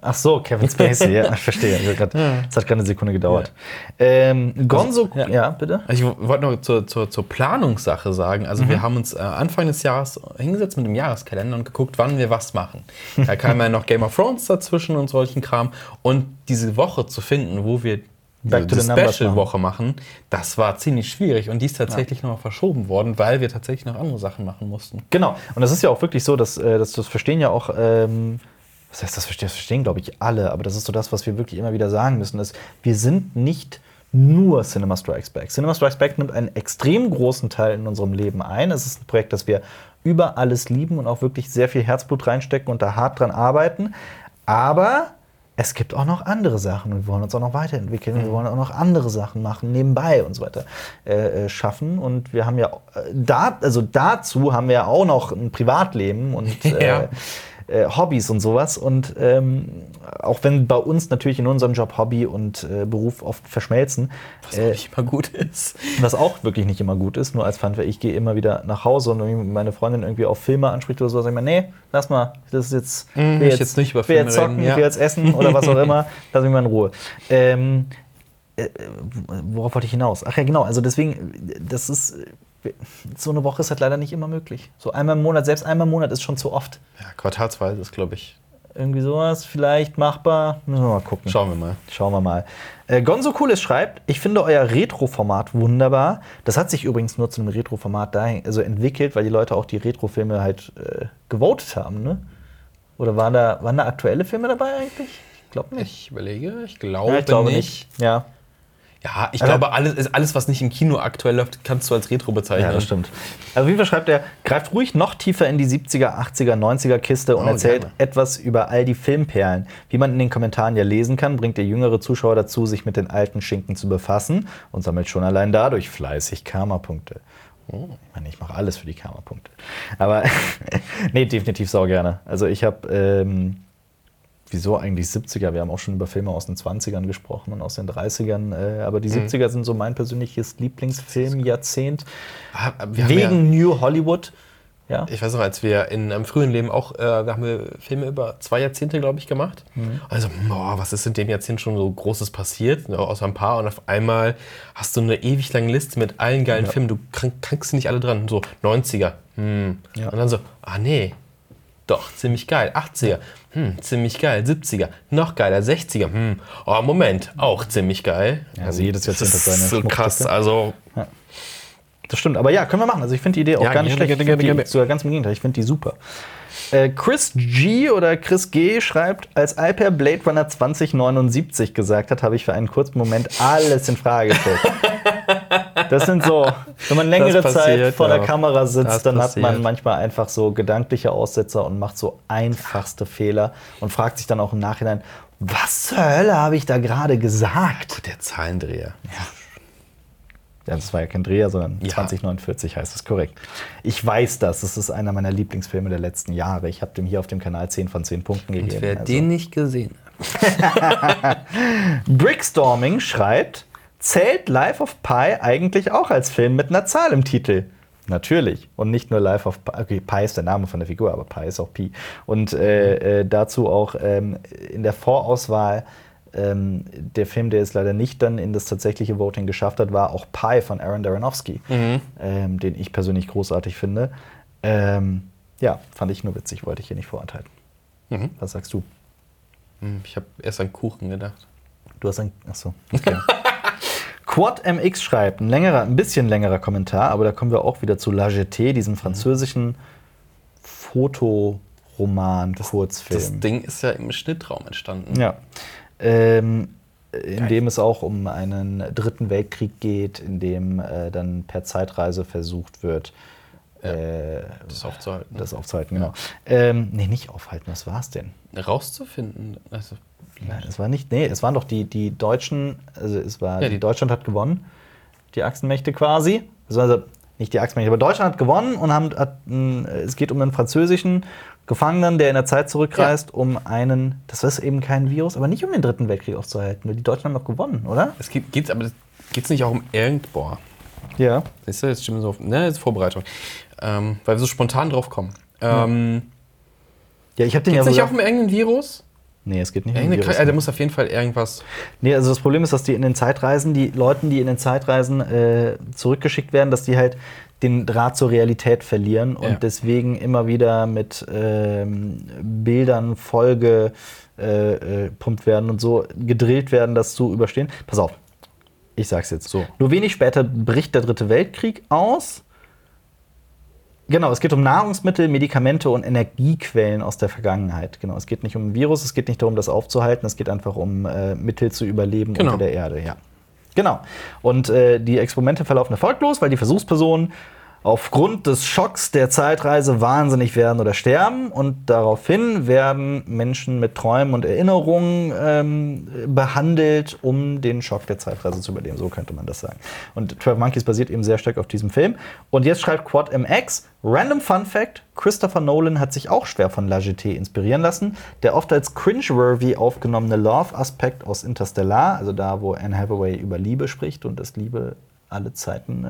Ach so, Kevin Spacey, ja, ich verstehe. Das hat gerade eine Sekunde gedauert. Ja. Gonzo, ja, bitte? Also ich wollte noch zur Planungssache sagen. Also wir haben uns Anfang des Jahres hingesetzt mit dem Jahreskalender und geguckt, wann wir was machen. Da kam ja noch Game of Thrones dazwischen und solchen Kram. Und diese Woche zu finden, wo wir die Special-Woche machen, das war ziemlich schwierig. Und die ist tatsächlich noch verschoben worden, weil wir tatsächlich noch andere Sachen machen mussten. Genau. Und das ist ja auch wirklich so, dass das verstehen ja auch was heißt das verstehen, glaube ich, alle, aber das ist so das, was wir wirklich immer wieder sagen müssen, ist, wir sind nicht nur Cinema Strikes Back. Cinema Strikes Back nimmt einen extrem großen Teil in unserem Leben ein. Es ist ein Projekt, das wir über alles lieben und auch wirklich sehr viel Herzblut reinstecken und da hart dran arbeiten. Aber es gibt auch noch andere Sachen und wir wollen uns auch noch weiterentwickeln. Wir wollen auch noch andere Sachen machen, nebenbei und so weiter schaffen. Und wir haben ja dazu haben wir ja auch noch ein Privatleben und Hobbys und sowas. Und auch wenn bei uns natürlich in unserem Job Hobby und Beruf oft verschmelzen. Was auch nicht immer gut ist. Was auch wirklich nicht immer gut ist. Nur als Fun, ich gehe immer wieder nach Hause und wenn meine Freundin irgendwie auf Filme anspricht oder so, sage ich mir, nee, lass mal, das ist jetzt, ich will jetzt nicht über Filme zocken, ich will jetzt essen oder was auch immer, lass mich mal in Ruhe. Worauf wollte ich hinaus? Ach ja, genau, also deswegen, das ist so eine Woche ist halt leider nicht immer möglich. So einmal im Monat, selbst einmal im Monat ist schon zu oft. Ja, quartalsweise ist, glaube ich. Irgendwie sowas, vielleicht machbar. Müssen wir mal gucken. Schauen wir mal. Gonzo Cooles schreibt, ich finde euer Retro-Format wunderbar. Das hat sich übrigens nur zu einem Retro-Format entwickelt, weil die Leute auch die Retro-Filme halt gewotet haben, ne? Oder waren da aktuelle Filme dabei eigentlich? Ich glaube nicht. Ich überlege, ich glaube nicht. Ja. Ja, ich glaube, alles, was nicht im Kino aktuell läuft, kannst du als Retro bezeichnen. Ja, das stimmt. Also auf jeden Fall schreibt er, greift ruhig noch tiefer in die 70er, 80er, 90er Kiste und erzählt etwas über all die Filmperlen. Wie man in den Kommentaren ja lesen kann, bringt der jüngere Zuschauer dazu, sich mit den alten Schinken zu befassen und sammelt schon allein dadurch fleißig Karma-Punkte. Ich meine, ich mache alles für die Karma-Punkte. Aber nee, definitiv sau gerne. Also ich habe wieso eigentlich 70er? Wir haben auch schon über Filme aus den 20ern gesprochen und aus den 30ern. Aber die 70er sind so mein persönliches Lieblingsfilmjahrzehnt. Wegen New Hollywood. Ja. Ich weiß noch, als wir in einem frühen Leben auch, da haben wir Filme über 2 Jahrzehnte, glaube ich, gemacht. Also, was ist in dem Jahrzehnt schon so Großes passiert? Außer ein paar. Und auf einmal hast du eine ewig lange Liste mit allen geilen Filmen. Du kriegst nicht alle dran. So 90er. Und dann so, nee. Doch, ziemlich geil. 80er, ziemlich geil. 70er, noch geiler. 60er, Moment, auch ziemlich geil. Ja, also jedes Jahrzehnt hat seine so krass, also... Ja. Das stimmt, aber ja, können wir machen. Also ich finde die Idee auch gar nicht schlecht. Sogar ganz im Gegenteil, ich finde die super. Chris G. oder Chris G. schreibt, als Alper Blade Runner 2079 gesagt hat, habe ich für einen kurzen Moment alles in Frage gestellt. Das sind so, wenn man längere Zeit vor der Kamera sitzt, dann hat man manchmal einfach so gedankliche Aussetzer und macht so einfachste Fehler und fragt sich dann auch im Nachhinein, was zur Hölle habe ich da gerade gesagt? Oh, der Zahlendreher. Ja, das war ja kein Dreher, sondern 2049 heißt es korrekt. Ich weiß das. Das ist einer meiner Lieblingsfilme der letzten Jahre. Ich habe dem hier auf dem Kanal 10 von 10 Punkten gegeben. Und wer den nicht gesehen hat. Brickstorming schreibt, zählt Life of Pi eigentlich auch als Film mit einer Zahl im Titel? Natürlich. Und nicht nur Life of Pi. Okay, Pi ist der Name von der Figur, aber Pi ist auch Pi. Und dazu auch in der Vorauswahl der Film, der es leider nicht dann in das tatsächliche Voting geschafft hat, war auch Pi von Aaron Aronofsky, den ich persönlich großartig finde. Ja, fand ich nur witzig, wollte ich hier nicht vorenthalten. Was sagst du? Ich habe erst an Kuchen gedacht. Du hast achso, okay. Quad MX schreibt, ein bisschen längerer Kommentar, aber da kommen wir auch wieder zu La Jetée, diesem französischen Fotoroman-Kurzfilm. Das Ding ist ja im Schnittraum entstanden. Ja. In dem es auch um einen dritten Weltkrieg geht, in dem dann per Zeitreise versucht wird, das aufzuhalten. Das aufzuhalten, genau. Nee, nicht aufhalten, was war es denn? Rauszufinden. Also, nein, es war nicht, es waren doch die Deutschen, also es war, Deutschland hat gewonnen, die Achsenmächte quasi. Also nicht die Achsenmächte, aber Deutschland hat gewonnen und es geht um einen französischen Gefangenen, der in der Zeit zurückreist, um das ist eben kein Virus, aber nicht um den dritten Weltkrieg aufzuhalten, weil die Deutschen haben doch gewonnen, oder? Geht's nicht auch um irgendwo? Ja. Siehst du, jetzt stimmt es auf. Ne, jetzt Vorbereitung. Weil wir so spontan drauf kommen. Ja, ich habe den Geht's nicht auch um irgendein Virus? Nee, es geht nicht um Virus. Da muss auf jeden Fall irgendwas. Nee, also das Problem ist, dass die in den Zeitreisen, die Leute, die in den Zeitreisen zurückgeschickt werden, dass die halt den Draht zur Realität verlieren und deswegen immer wieder mit Bildern vollgepumpt werden und so gedrillt werden, das zu überstehen. Pass auf, ich sag's jetzt so. Nur wenig später bricht der Dritte Weltkrieg aus. Genau, es geht um Nahrungsmittel, Medikamente und Energiequellen aus der Vergangenheit. Genau, es geht nicht um ein Virus, es geht nicht darum, das aufzuhalten, es geht einfach um Mittel zu überleben unter der Erde. Ja. Genau. Und die Experimente verlaufen erfolglos, weil die Versuchspersonen aufgrund des Schocks der Zeitreise wahnsinnig werden oder sterben. Und daraufhin werden Menschen mit Träumen und Erinnerungen behandelt, um den Schock der Zeitreise zu überleben. So könnte man das sagen. Und 12 Monkeys basiert eben sehr stark auf diesem Film. Und jetzt schreibt QuadMX, Random Fun Fact, Christopher Nolan hat sich auch schwer von La Jetée inspirieren lassen. Der oft als cringeworthy aufgenommene Love-Aspekt aus Interstellar, also da, wo Anne Hathaway über Liebe spricht und dass Liebe alle Zeiten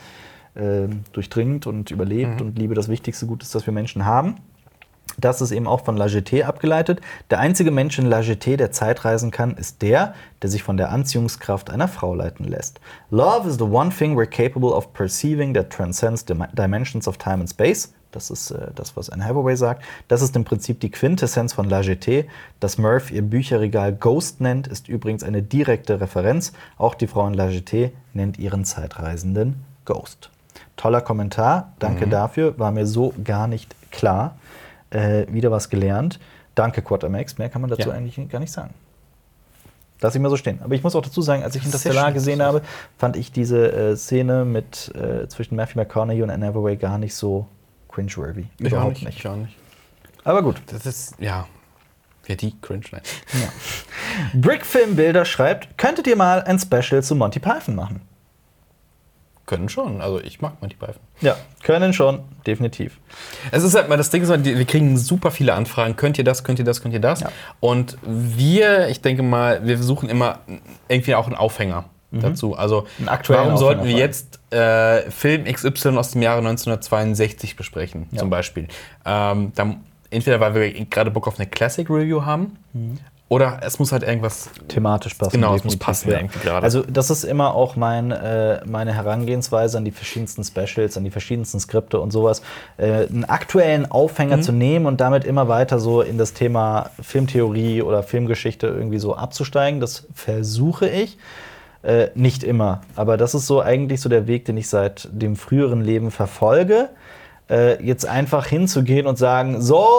durchdringt und überlebt und Liebe das wichtigste Gut ist, das wir Menschen haben. Das ist eben auch von La Jetée abgeleitet. Der einzige Mensch in La Jetée, der Zeitreisen kann, ist der sich von der Anziehungskraft einer Frau leiten lässt. Love is the one thing we're capable of perceiving that transcends the dimensions of time and space. Das ist das, was Anne Hathaway sagt. Das ist im Prinzip die Quintessenz von La Jetée. Dass Murph ihr Bücherregal Ghost nennt, ist übrigens eine direkte Referenz. Auch die Frau in La Jetée nennt ihren Zeitreisenden Ghost. Toller Kommentar, danke dafür. War mir so gar nicht klar. Wieder was gelernt. Danke, QuadMX. Mehr kann man dazu eigentlich gar nicht sagen. Lass ich mal so stehen. Aber ich muss auch dazu sagen, als ich Interstellar gesehen habe, fand ich diese Szene mit zwischen Matthew McConaughey und Anne Hathaway gar nicht so cringeworthy. Überhaupt nicht. Ich auch nicht. Aber gut. Das ist, ja die cringe. Ja. Brickfilmbilder schreibt, könntet ihr mal ein Special zu Monty Python machen? Können schon. Also ich mag Monty Python. Ja, können schon, definitiv. Es ist halt mal das Ding, wir kriegen super viele Anfragen. Könnt ihr das, könnt ihr das, könnt ihr das? Ja. Und ich denke mal, wir suchen immer irgendwie auch einen Aufhänger dazu. Also warum sollten wir jetzt Film XY aus dem Jahre 1962 besprechen, zum Beispiel? Entweder weil wir gerade Bock auf eine Classic Review haben, oder es muss halt irgendwas thematisch passen. Genau, es muss passen irgendwie gerade. Also das ist immer auch meine Herangehensweise an die verschiedensten Specials, an die verschiedensten Skripte und sowas. Einen aktuellen Aufhänger zu nehmen und damit immer weiter so in das Thema Filmtheorie oder Filmgeschichte irgendwie so abzusteigen, das versuche ich. Nicht immer, aber das ist so eigentlich so der Weg, den ich seit dem früheren Leben verfolge. Jetzt einfach hinzugehen und sagen,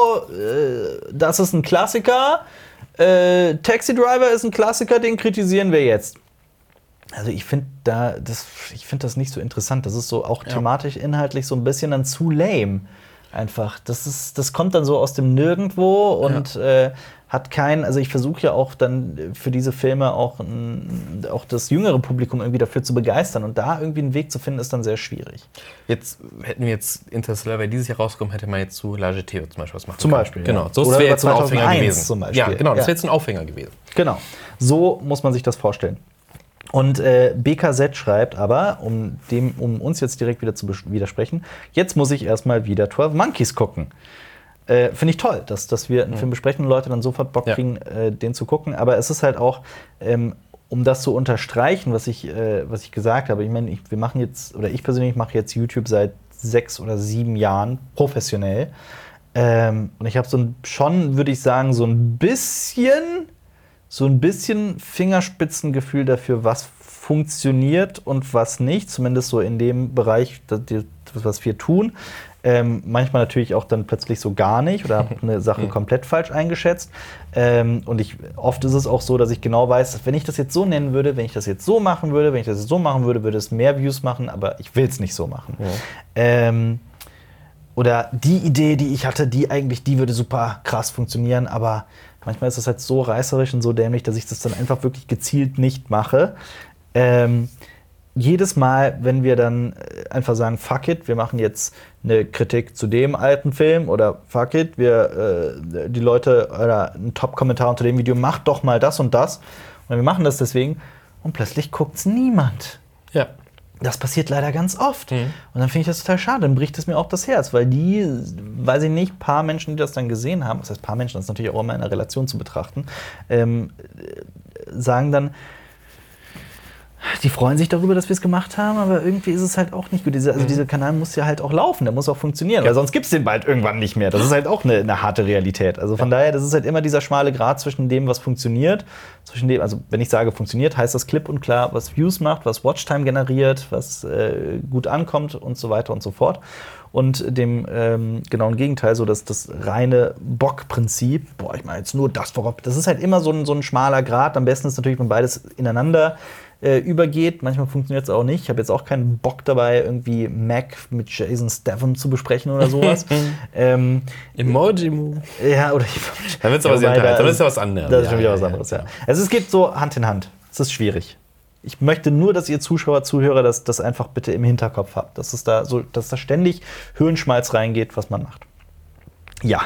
das ist ein Klassiker, Taxi Driver ist ein Klassiker, den kritisieren wir jetzt. Also ich finde das nicht so interessant. Das ist so auch thematisch, inhaltlich so ein bisschen dann zu lame. Einfach. Das kommt dann so aus dem Nirgendwo und hat also ich versuche ja auch dann für diese Filme auch das jüngere Publikum irgendwie dafür zu begeistern. Und da irgendwie einen Weg zu finden, ist dann sehr schwierig. Jetzt hätten wir Interstellar, weil dieses Jahr rauskommt, hätte man jetzt zu La Jetée zum Beispiel was machen können. Zum Beispiel, genau. So wäre jetzt ein Aufhänger gewesen. Zum Beispiel. Ja, genau, das wäre jetzt ein Aufhänger gewesen. Genau. So muss man sich das vorstellen. Und BKZ schreibt aber, um uns jetzt direkt wieder zu widersprechen, jetzt muss ich erstmal wieder 12 Monkeys gucken. Finde ich toll, dass wir einen Film besprechen und Leute dann sofort Bock kriegen, den zu gucken. Aber es ist halt auch, um das zu unterstreichen, was ich gesagt habe. Ich meine, ich persönlich mache jetzt YouTube seit 6 oder 7 Jahren professionell. Und ich habe würde ich sagen, so ein bisschen Fingerspitzengefühl dafür, was funktioniert und was nicht. Zumindest so in dem Bereich, was wir tun. Manchmal natürlich auch dann plötzlich so gar nicht oder habe eine Sache komplett falsch eingeschätzt. Und oft ist es auch so, dass ich genau weiß, wenn ich das jetzt so nennen würde, wenn ich das jetzt so machen würde, würde es mehr Views machen, aber ich will es nicht so machen. Ja. Oder die Idee, die ich hatte, die würde super krass funktionieren, aber manchmal ist das halt so reißerisch und so dämlich, dass ich das dann einfach wirklich gezielt nicht mache. Jedes Mal, wenn wir dann einfach sagen, fuck it, wir machen jetzt eine Kritik zu dem alten Film oder fuck it, die Leute oder einen Top-Kommentar unter dem Video, macht doch mal das und das. Und wir machen das deswegen und plötzlich guckt's niemand. Ja. Das passiert leider ganz oft. Und dann finde ich das total schade. Dann bricht es mir auch das Herz, weil weiß ich nicht, paar Menschen, die das dann gesehen haben, das heißt paar Menschen, das ist natürlich auch immer in einer Relation zu betrachten, sagen dann, die freuen sich darüber, dass wir es gemacht haben, aber irgendwie ist es halt auch nicht gut. Dieser Kanal muss ja halt auch laufen, der muss auch funktionieren, weil sonst gibt es den bald irgendwann nicht mehr. Das ist halt auch eine harte Realität. Also von daher, das ist halt immer dieser schmale Grat zwischen dem, was funktioniert, also wenn ich sage funktioniert, heißt das klipp und klar, was Views macht, was Watchtime generiert, was gut ankommt und so weiter und so fort. Und dem genauen Gegenteil, so dass das reine Bock-Prinzip, ich meine jetzt nur das, worauf, das ist halt immer so ein schmaler Grat. Am besten ist natürlich, wenn beides ineinander übergeht. Manchmal funktioniert es auch nicht. Ich habe jetzt auch keinen Bock dabei, irgendwie Mac mit Jason Statham zu besprechen oder sowas. Emoji-Move. Ja, oder dann wird es aber sehr unterhaltsam. Dann ist ja was anderes. Das ist schon wieder was anderes, ja. Also es geht so Hand in Hand. Es ist schwierig. Ich möchte nur, dass ihr Zuschauer, Zuhörer das einfach bitte im Hinterkopf habt. Dass da ständig Hirnschmalz reingeht, was man macht. Ja.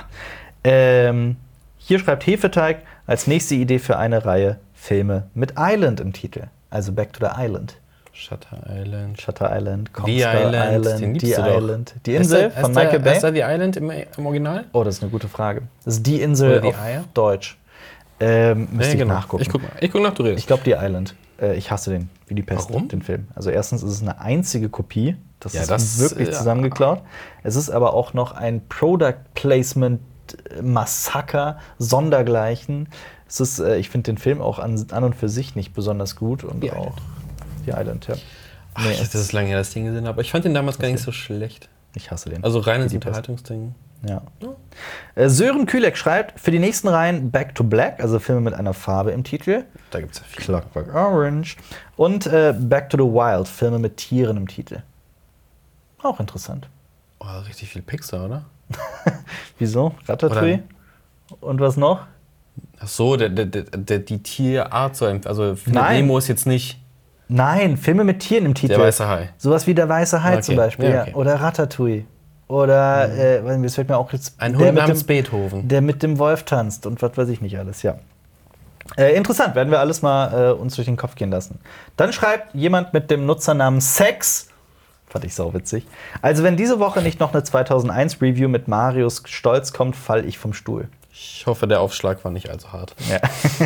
Hier schreibt Hefeteig als nächste Idee für eine Reihe Filme mit Island im Titel. Also Back to the Island. Shutter Island, The Island, The Island. Die Insel von Michael Bay. Ist da The Island im Original? Oh, das ist eine gute Frage. Das ist Die Insel auf Deutsch. Müsste ich nachgucken. Ich guck nach, du redest. Ich glaube The Island. Ich hasse den, wie die Pest. Warum? Den Film. Also erstens ist es eine einzige Kopie. Das ist wirklich zusammengeklaut. Es ist aber auch noch ein Product Placement Massaker sondergleichen. Es ist, ich finde den Film auch an und für sich nicht besonders gut. Und The auch The Island, ja. Nee, das ist lange her, dass ich den gesehen habe. Aber ich fand den damals gar nicht so schlecht. Ich hasse den. Also reines Unterhaltungsding. Ja. Sören Kühlek schreibt, für die nächsten Reihen Back to Black, also Filme mit einer Farbe im Titel. Da gibt es ja viel. Clockwork Orange. Und Back to the Wild, Filme mit Tieren im Titel. Auch interessant. Oh, richtig viel Pixar, oder? Wieso? Ratatouille? Und was noch? Ach so, die Tierart, also Nemo ist jetzt nicht... Nein, Filme mit Tieren im Titel. Der weiße Hai. Sowas wie Der weiße Hai zum Beispiel. Ja, okay. Oder Ratatouille. Oder, es fällt mir auch jetzt... Ein Hund namens Beethoven. Der mit dem Wolf tanzt und was weiß ich nicht alles, ja. Interessant, werden wir alles mal uns durch den Kopf gehen lassen. Dann schreibt jemand mit dem Nutzernamen Sex, fand ich sauwitzig, also wenn diese Woche nicht noch eine 2001-Review mit Marius Stolz kommt, fall ich vom Stuhl. Ich hoffe, der Aufschlag war nicht allzu hart. Ja.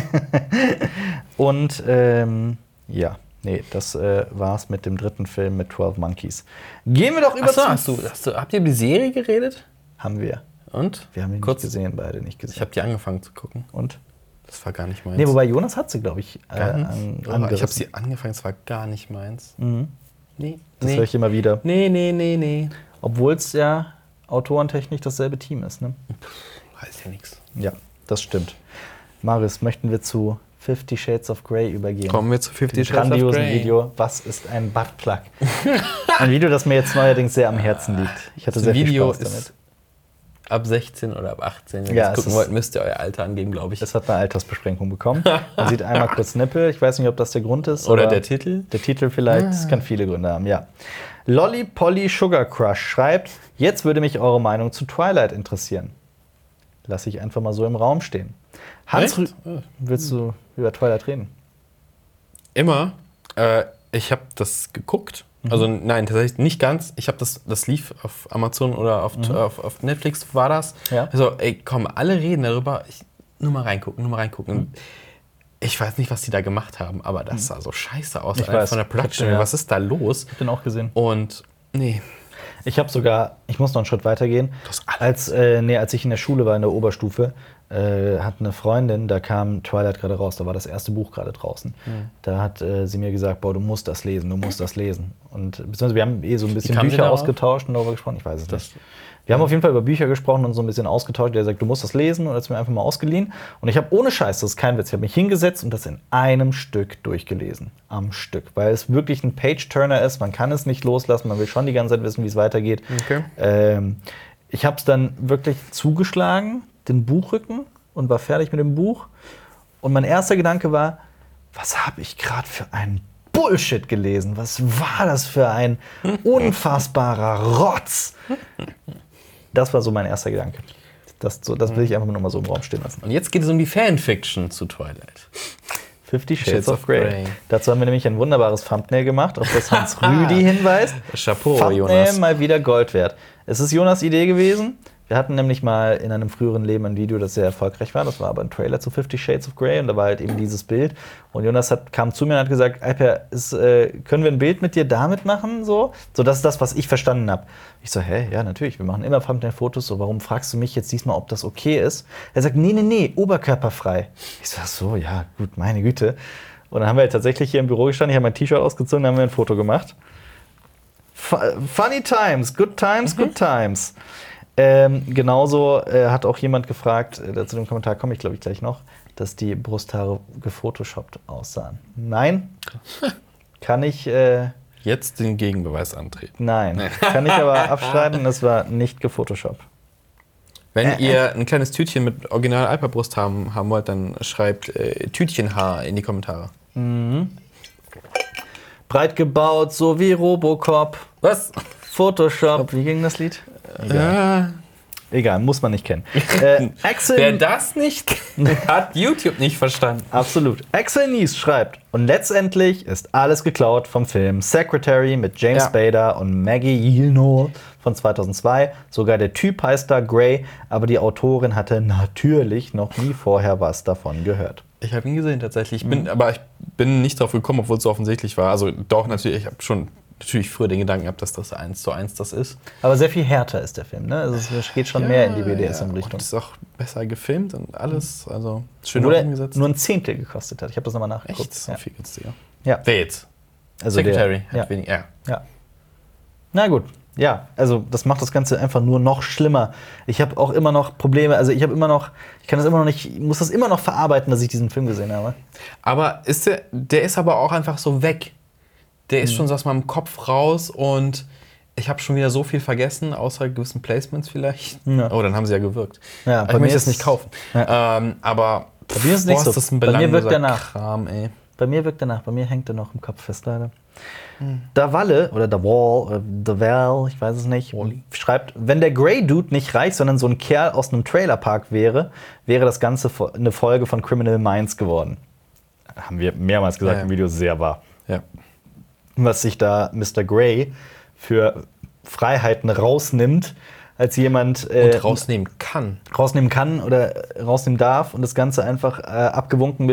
Und, ja. Nee, das war's mit dem dritten Film mit 12 Monkeys. Gehen wir doch über habt ihr über die Serie geredet? Haben wir. Und? Wir haben ihn nicht gesehen, beide nicht gesehen. Ich habe die angefangen zu gucken. Und? Das war gar nicht meins. Nee, wobei Jonas hat sie, glaube ich, ich habe sie angefangen, es war gar nicht meins. Mhm. Nee. Das höre ich immer wieder. Nee. Obwohl es ja autorentechnisch dasselbe Team ist, ne? Heißt ja nichts. Ja, das stimmt. Marius, möchten wir zu 50 Shades of Grey übergehen? Kommen wir zu 50 Shades of Grey. Grandiosen Video, was ist ein Buttplug? Ein Video, das mir jetzt neuerdings sehr am Herzen liegt. Ich hatte sehr viel Spaß damit. Ab 16 oder ab 18, wenn ihr das gucken wollt, müsst ihr euer Alter angeben, glaube ich. Es hat eine Altersbeschränkung bekommen. Man sieht einmal kurz Nippel. Ich weiß nicht, ob das der Grund ist. Oder der Titel. Der Titel vielleicht. Es kann viele Gründe haben, ja. Lolly Polly Sugar Crush schreibt, jetzt würde mich eure Meinung zu Twilight interessieren. Lass ich einfach mal so im Raum stehen. Hans, willst du über Twilight reden? Immer. Ich habe das geguckt. Also nein, tatsächlich nicht ganz. Ich habe das lief auf Amazon oder auf Netflix war das. Ja. Also ey, komm, alle reden darüber. Nur mal reingucken. Ich weiß nicht, was die da gemacht haben, aber das sah so scheiße aus. Ich weiß. Von der Production. Was ist da los? Ich hab den auch gesehen. Und nee. Ich habe sogar, ich muss noch einen Schritt weitergehen. Als ich in der Schule war, in der Oberstufe, hat eine Freundin, da kam Twilight gerade raus, da war das erste Buch gerade draußen. Da hat sie mir gesagt, boah, du musst das lesen. Und beziehungsweise wir haben so ein bisschen Bücher ausgetauscht und darüber gesprochen, ich weiß es nicht. Wir haben auf jeden Fall über Bücher gesprochen und so ein bisschen ausgetauscht. Der sagt, du musst das lesen, und hat es mir einfach mal ausgeliehen. Und ich habe ohne Scheiß, das ist kein Witz, ich habe mich hingesetzt und das in einem Stück durchgelesen. Am Stück. Weil es wirklich ein Page-Turner ist, man kann es nicht loslassen, man will schon die ganze Zeit wissen, wie es weitergeht. Okay. Ich habe es dann wirklich zugeschlagen, den Buchrücken, und war fertig mit dem Buch. Und mein erster Gedanke war, was habe ich gerade für einen Bullshit gelesen? Was war das für ein unfassbarer Rotz? Das war so mein erster Gedanke. Das will ich einfach nur mal so im Raum stehen lassen. Und jetzt geht es um die Fanfiction zu Twilight. 50 Shades of Grey. Dazu haben wir nämlich ein wunderbares Thumbnail gemacht, auf das Hans Rüdi hinweist. Chapeau, Thumbnail Jonas. Mal wieder Gold wert. Es ist Jonas' Idee gewesen. Wir hatten nämlich mal in einem früheren Leben ein Video, das sehr erfolgreich war. Das war aber ein Trailer zu 50 Shades of Grey und da war halt eben dieses Bild. Und Jonas kam zu mir und hat gesagt, Alper, können wir ein Bild mit dir damit machen? So, das ist das, was ich verstanden habe. Ich so, ja, natürlich, wir machen immer Thumbnail-Fotos. So, warum fragst du mich jetzt diesmal, ob das okay ist? Er sagt, nee, oberkörperfrei. Ich so, ja, gut, meine Güte. Und dann haben wir halt tatsächlich hier im Büro gestanden, ich habe mein T-Shirt ausgezogen, dann haben wir ein Foto gemacht. Funny times, good times, good times. Genauso hat auch jemand gefragt, zu dem Kommentar komme ich glaube ich gleich noch, dass die Brusthaare gefotoshoppt aussahen. Nein, kann ich jetzt den Gegenbeweis antreten. Nein, kann ich aber abschreiben, das war nicht gefotoshoppt. Wenn ihr ein kleines Tütchen mit original Alpa-Brust haben wollt, dann schreibt Tütchenhaar in die Kommentare. Breit gebaut, so wie Robocop. Was? Photoshop. Wie ging das Lied? Egal, muss man nicht kennen. Axel, wer das nicht kennt, hat YouTube nicht verstanden. Absolut. Axel Nies schreibt, und letztendlich ist alles geklaut vom Film Secretary mit James Spader und Maggie Gyllenhaal von 2002. Sogar der Typ heißt da Grey, aber die Autorin hatte natürlich noch nie vorher was davon gehört. Ich habe ihn gesehen tatsächlich. Ich bin nicht drauf gekommen, obwohl es so offensichtlich war. Also doch, natürlich, ich habe schon früher den Gedanken gehabt, dass das 1:1 das ist. Aber sehr viel härter ist der Film, ne? Also es geht schon mehr in die BDSM-Richtung. Es ist auch besser gefilmt und alles, also schön umgesetzt. Nur ein Zehntel gekostet hat. Ich habe das nochmal nachgeguckt. Echt? So viel günstiger. Ja. Wer jetzt? Also Secretary hat weniger. Ja. Na gut. Ja, also das macht das Ganze einfach nur noch schlimmer. Ich habe auch immer noch Probleme, also ich muss das immer noch verarbeiten, dass ich diesen Film gesehen habe. Aber der ist aber auch einfach so weg. Der ist schon so aus meinem Kopf raus und ich habe schon wieder so viel vergessen, außer gewissen Placements vielleicht. Ja. Oh, dann haben sie ja gewirkt. Ja, ich möchte es nicht kaufen. Ja. Aber bei mir ist nicht so. Das ein bei mir wirkt er nach. Kram, ey. Bei mir wirkt er nach. Bei mir hängt er noch im Kopf fest, leider. Da Walle oder The Wall, The Val, ich weiß es nicht, schreibt, wenn der Grey Dude nicht reich, sondern so ein Kerl aus einem Trailerpark wäre das Ganze eine Folge von Criminal Minds geworden. Haben wir mehrmals gesagt im Video, sehr wahr. Ja. Was sich da Mr. Grey für Freiheiten rausnimmt, als jemand und rausnehmen kann oder rausnehmen darf und das Ganze einfach abgewunken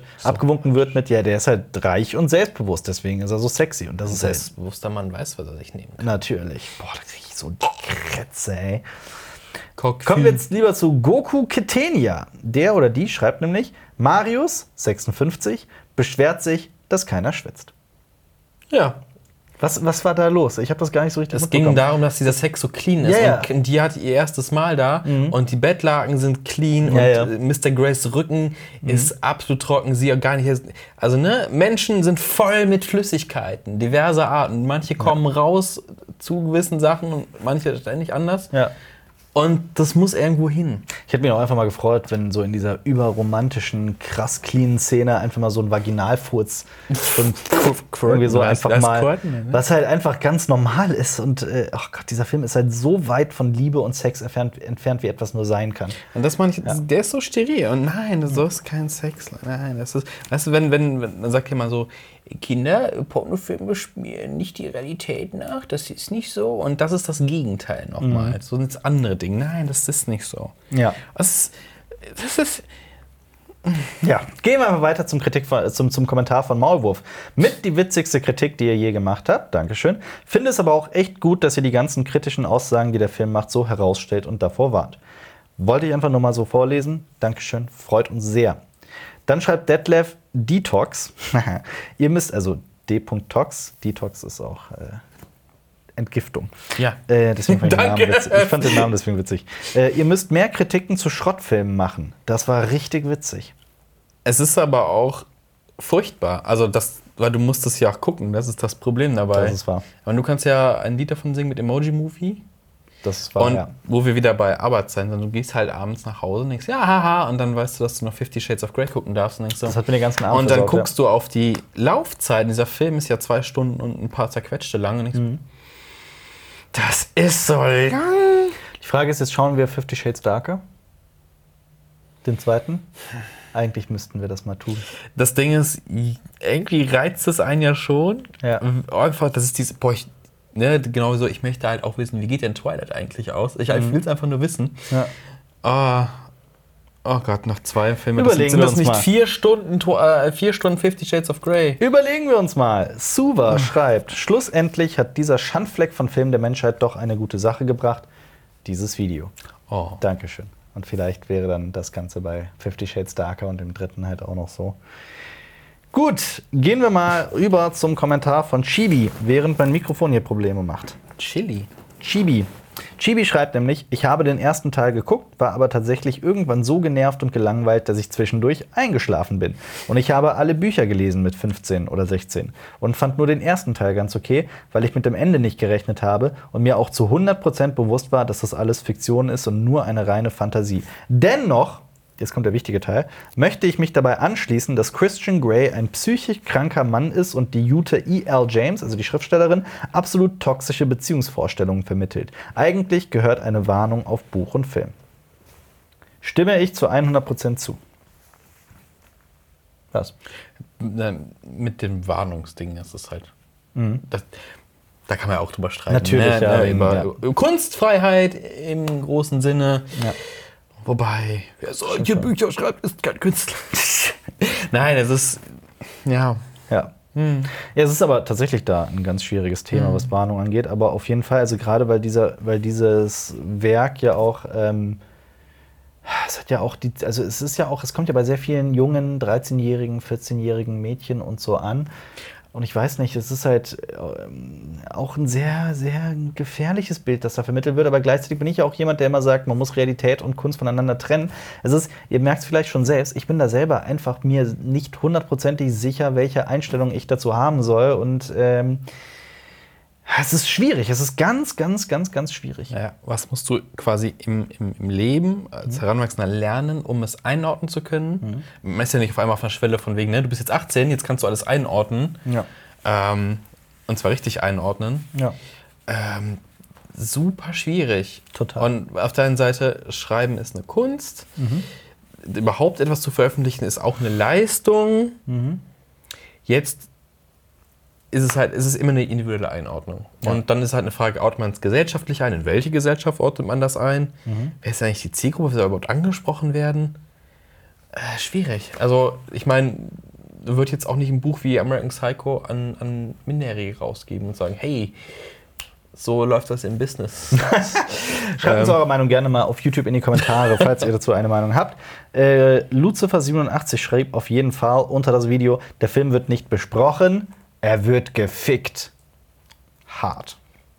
wird mit, der ist halt reich und selbstbewusst, deswegen ist er so sexy. Und das ist selbstbewusster Mann weiß, was er sich nehmen kann. Natürlich. Boah, da krieg ich so die Krätze, ey. Kommen wir jetzt lieber zu Goku Ketenia. Der oder die schreibt nämlich, Marius, 56, beschwert sich, dass keiner schwitzt. Ja. Was war da los? Ich habe das gar nicht so richtig mitbekommen. Es ging darum, dass dieser Sex so clean ist. Ja. Und die hat ihr erstes Mal da und die Bettlaken sind clean und Mr. Grays Rücken ist absolut trocken. Sie auch gar nicht. Also, Menschen sind voll mit Flüssigkeiten, diverser Arten. Manche kommen raus zu gewissen Sachen und manche ständig anders. Ja. Und das muss irgendwo hin. Ich hätte mich auch einfach mal gefreut, wenn so in dieser überromantischen, krass cleanen Szene einfach mal so ein Vaginalfurz und irgendwie so einfach mal, was halt einfach ganz normal ist. Und ach Gott, dieser Film ist halt so weit von Liebe und Sex entfernt, wie etwas nur sein kann. Und das meine ich, der ist so steril. Und nein, das ist kein Sex. Nein, das ist, weißt du, wenn dann sagt jemand so, Kinder, Pornofilme spielen nicht die Realität nach, das ist nicht so. Und das ist das Gegenteil nochmal. So sind es andere Dinge. Nein, das ist nicht so. Ja. Das ist. Ja, gehen wir mal weiter zum Kommentar von Maulwurf. Mit die witzigste Kritik, die ihr je gemacht habt. Dankeschön. Finde es aber auch echt gut, dass ihr die ganzen kritischen Aussagen, die der Film macht, so herausstellt und davor warnt. Wollte ich einfach nur mal so vorlesen. Dankeschön, freut uns sehr. Dann schreibt Detlef Detox. Ihr müsst, also D.Tox. Detox ist auch Entgiftung. Ja. Deswegen fand ich den Namen witzig. Ich fand den Namen deswegen witzig. Ihr müsst mehr Kritiken zu Schrottfilmen machen. Das war richtig witzig. Es ist aber auch furchtbar. Also weil du musst es ja auch gucken. Das ist das Problem dabei. Das ist wahr. Aber du kannst ja ein Lied davon singen mit Emoji-Movie. Das war, und wo wir wieder bei Arbeit sein, du gehst halt abends nach Hause und denkst, ja, haha, und dann weißt du, dass du noch 50 Shades of Grey gucken darfst. Und denkst so, das hat mir den ganzen Abend und dann guckst du auf die Laufzeit. Dieser Film ist ja 2 Stunden und ein paar zerquetschte lang. Und denkst, das ist so lang. Die Frage ist, jetzt schauen wir 50 Shades Darker? Den zweiten? Eigentlich müssten wir das mal tun. Das Ding ist, irgendwie reizt es einen ja schon. Ja. Einfach, das ist diese, genau so, ich möchte halt auch wissen, wie geht denn Twilight eigentlich aus? Ich will es einfach nur wissen. Ja. Oh Gott, noch 2 Filme. Überlegen wir uns nicht mal. 4 Stunden 50 Shades of Grey? Überlegen wir uns mal. Suva schreibt, schlussendlich hat dieser Schandfleck von Film der Menschheit doch eine gute Sache gebracht. Dieses Video. Dankeschön. Und vielleicht wäre dann das Ganze bei 50 Shades Darker und dem dritten halt auch noch so. Gut, gehen wir mal rüber zum Kommentar von Chibi, während mein Mikrofon hier Probleme macht. Chibi schreibt nämlich, ich habe den ersten Teil geguckt, war aber tatsächlich irgendwann so genervt und gelangweilt, dass ich zwischendurch eingeschlafen bin. Und ich habe alle Bücher gelesen mit 15 oder 16 und fand nur den ersten Teil ganz okay, weil ich mit dem Ende nicht gerechnet habe und mir auch zu 100% bewusst war, dass das alles Fiktion ist und nur eine reine Fantasie. Dennoch, jetzt kommt der wichtige Teil, möchte ich mich dabei anschließen, dass Christian Grey ein psychisch kranker Mann ist und die Jutta E.L. James, also die Schriftstellerin, absolut toxische Beziehungsvorstellungen vermittelt. Eigentlich gehört eine Warnung auf Buch und Film. Stimme ich zu 100% zu. Was? Mit dem Warnungsding, das ist halt... Da kann man ja auch drüber streiten. Natürlich, über Kunstfreiheit im großen Sinne. Ja. Wobei, wer solche Bücher schreibt, ist kein Künstler. Nein, es ist, ja. Ja, es ist aber tatsächlich da ein ganz schwieriges Thema, was Warnung angeht. Aber auf jeden Fall, also gerade weil dieses Werk ja auch, es hat ja auch es kommt ja bei sehr vielen jungen, 13-jährigen, 14-jährigen Mädchen und so an. Und ich weiß nicht, es ist halt auch ein sehr, sehr gefährliches Bild, das da vermittelt wird. Aber gleichzeitig bin ich ja auch jemand, der immer sagt, man muss Realität und Kunst voneinander trennen. Ihr merkt es vielleicht schon selbst, ich bin da selber einfach mir nicht 100% sicher, welche Einstellung ich dazu haben soll. Und es ist schwierig. Es ist ganz, ganz, ganz, ganz schwierig. Ja, was musst du quasi im Leben als Heranwachsender lernen, um es einordnen zu können? Man ist ja nicht auf einmal auf einer Schwelle von wegen, du bist jetzt 18, jetzt kannst du alles einordnen. Ja. Und zwar richtig einordnen. Ja. Super schwierig. Total. Und auf der einen Seite, Schreiben ist eine Kunst. Überhaupt etwas zu veröffentlichen ist auch eine Leistung. Jetzt ist es immer eine individuelle Einordnung. Ja. Und dann ist halt eine Frage, ordnet man es gesellschaftlich ein? In welche Gesellschaft ordnet man das ein? Wer ist eigentlich die Zielgruppe? Wer soll überhaupt angesprochen werden? Schwierig. Also, ich meine, wird jetzt auch nicht ein Buch wie American Psycho an Minderjährige rausgeben und sagen, hey, so läuft das im Business. Schreibt uns eure Meinung gerne mal auf YouTube in die Kommentare, falls ihr dazu eine Meinung habt. Lucifer87 schrieb auf jeden Fall unter das Video, der Film wird nicht besprochen, er wird gefickt. Hart.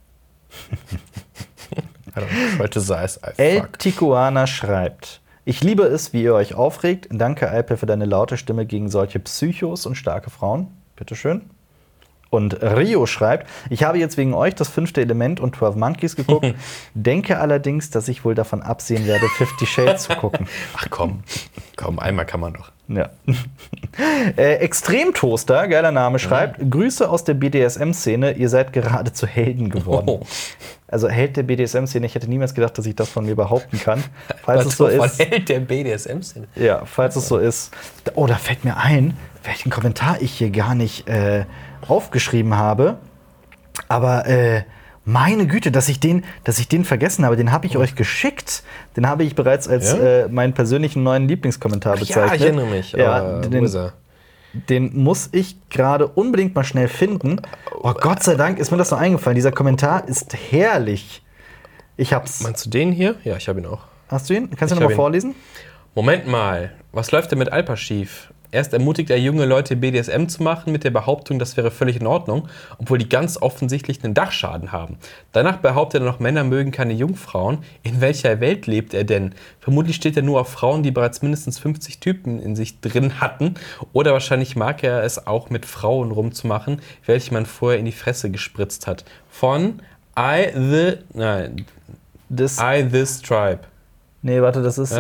El Tijuana schreibt, ich liebe es, wie ihr euch aufregt. Danke, Alper, für deine laute Stimme gegen solche Psychos und starke Frauen. Bitteschön. Und Rio schreibt, ich habe jetzt wegen euch das 5. Element und 12 Monkeys geguckt, denke allerdings, dass ich wohl davon absehen werde, 50 Shades zu gucken. Ach komm, einmal kann man doch. Ja. Extremtoaster, geiler Name, schreibt, Grüße aus der BDSM-Szene, ihr seid geradezu Helden geworden. Also Held der BDSM-Szene, ich hätte niemals gedacht, dass ich das von mir behaupten kann. Falls es so ist. Held der BDSM-Szene. Ja, falls es so ist. Oh, da fällt mir ein, welchen Kommentar ich hier gar nicht aufgeschrieben habe. Aber meine Güte, dass ich den vergessen habe, den habe ich euch geschickt. Den habe ich bereits als meinen persönlichen neuen Lieblingskommentar bezeichnet. Ja, ich erinnere mich. Ja, den muss ich gerade unbedingt mal schnell finden. Oh, Gott sei Dank ist mir das noch eingefallen. Dieser Kommentar ist herrlich. Ich hab's. Meinst du den hier? Ja, ich habe ihn auch. Hast du ihn? Kannst du noch mal vorlesen? Moment mal, was läuft denn mit Alper schief? Erst ermutigt er junge Leute, BDSM zu machen, mit der Behauptung, das wäre völlig in Ordnung, obwohl die ganz offensichtlich einen Dachschaden haben. Danach behauptet er noch, Männer mögen keine Jungfrauen. In welcher Welt lebt er denn? Vermutlich steht er nur auf Frauen, die bereits mindestens 50 Typen in sich drin hatten. Oder wahrscheinlich mag er es auch, mit Frauen rumzumachen, welche man vorher in die Fresse gespritzt hat. Von This Tribe. Nee, warte, das ist...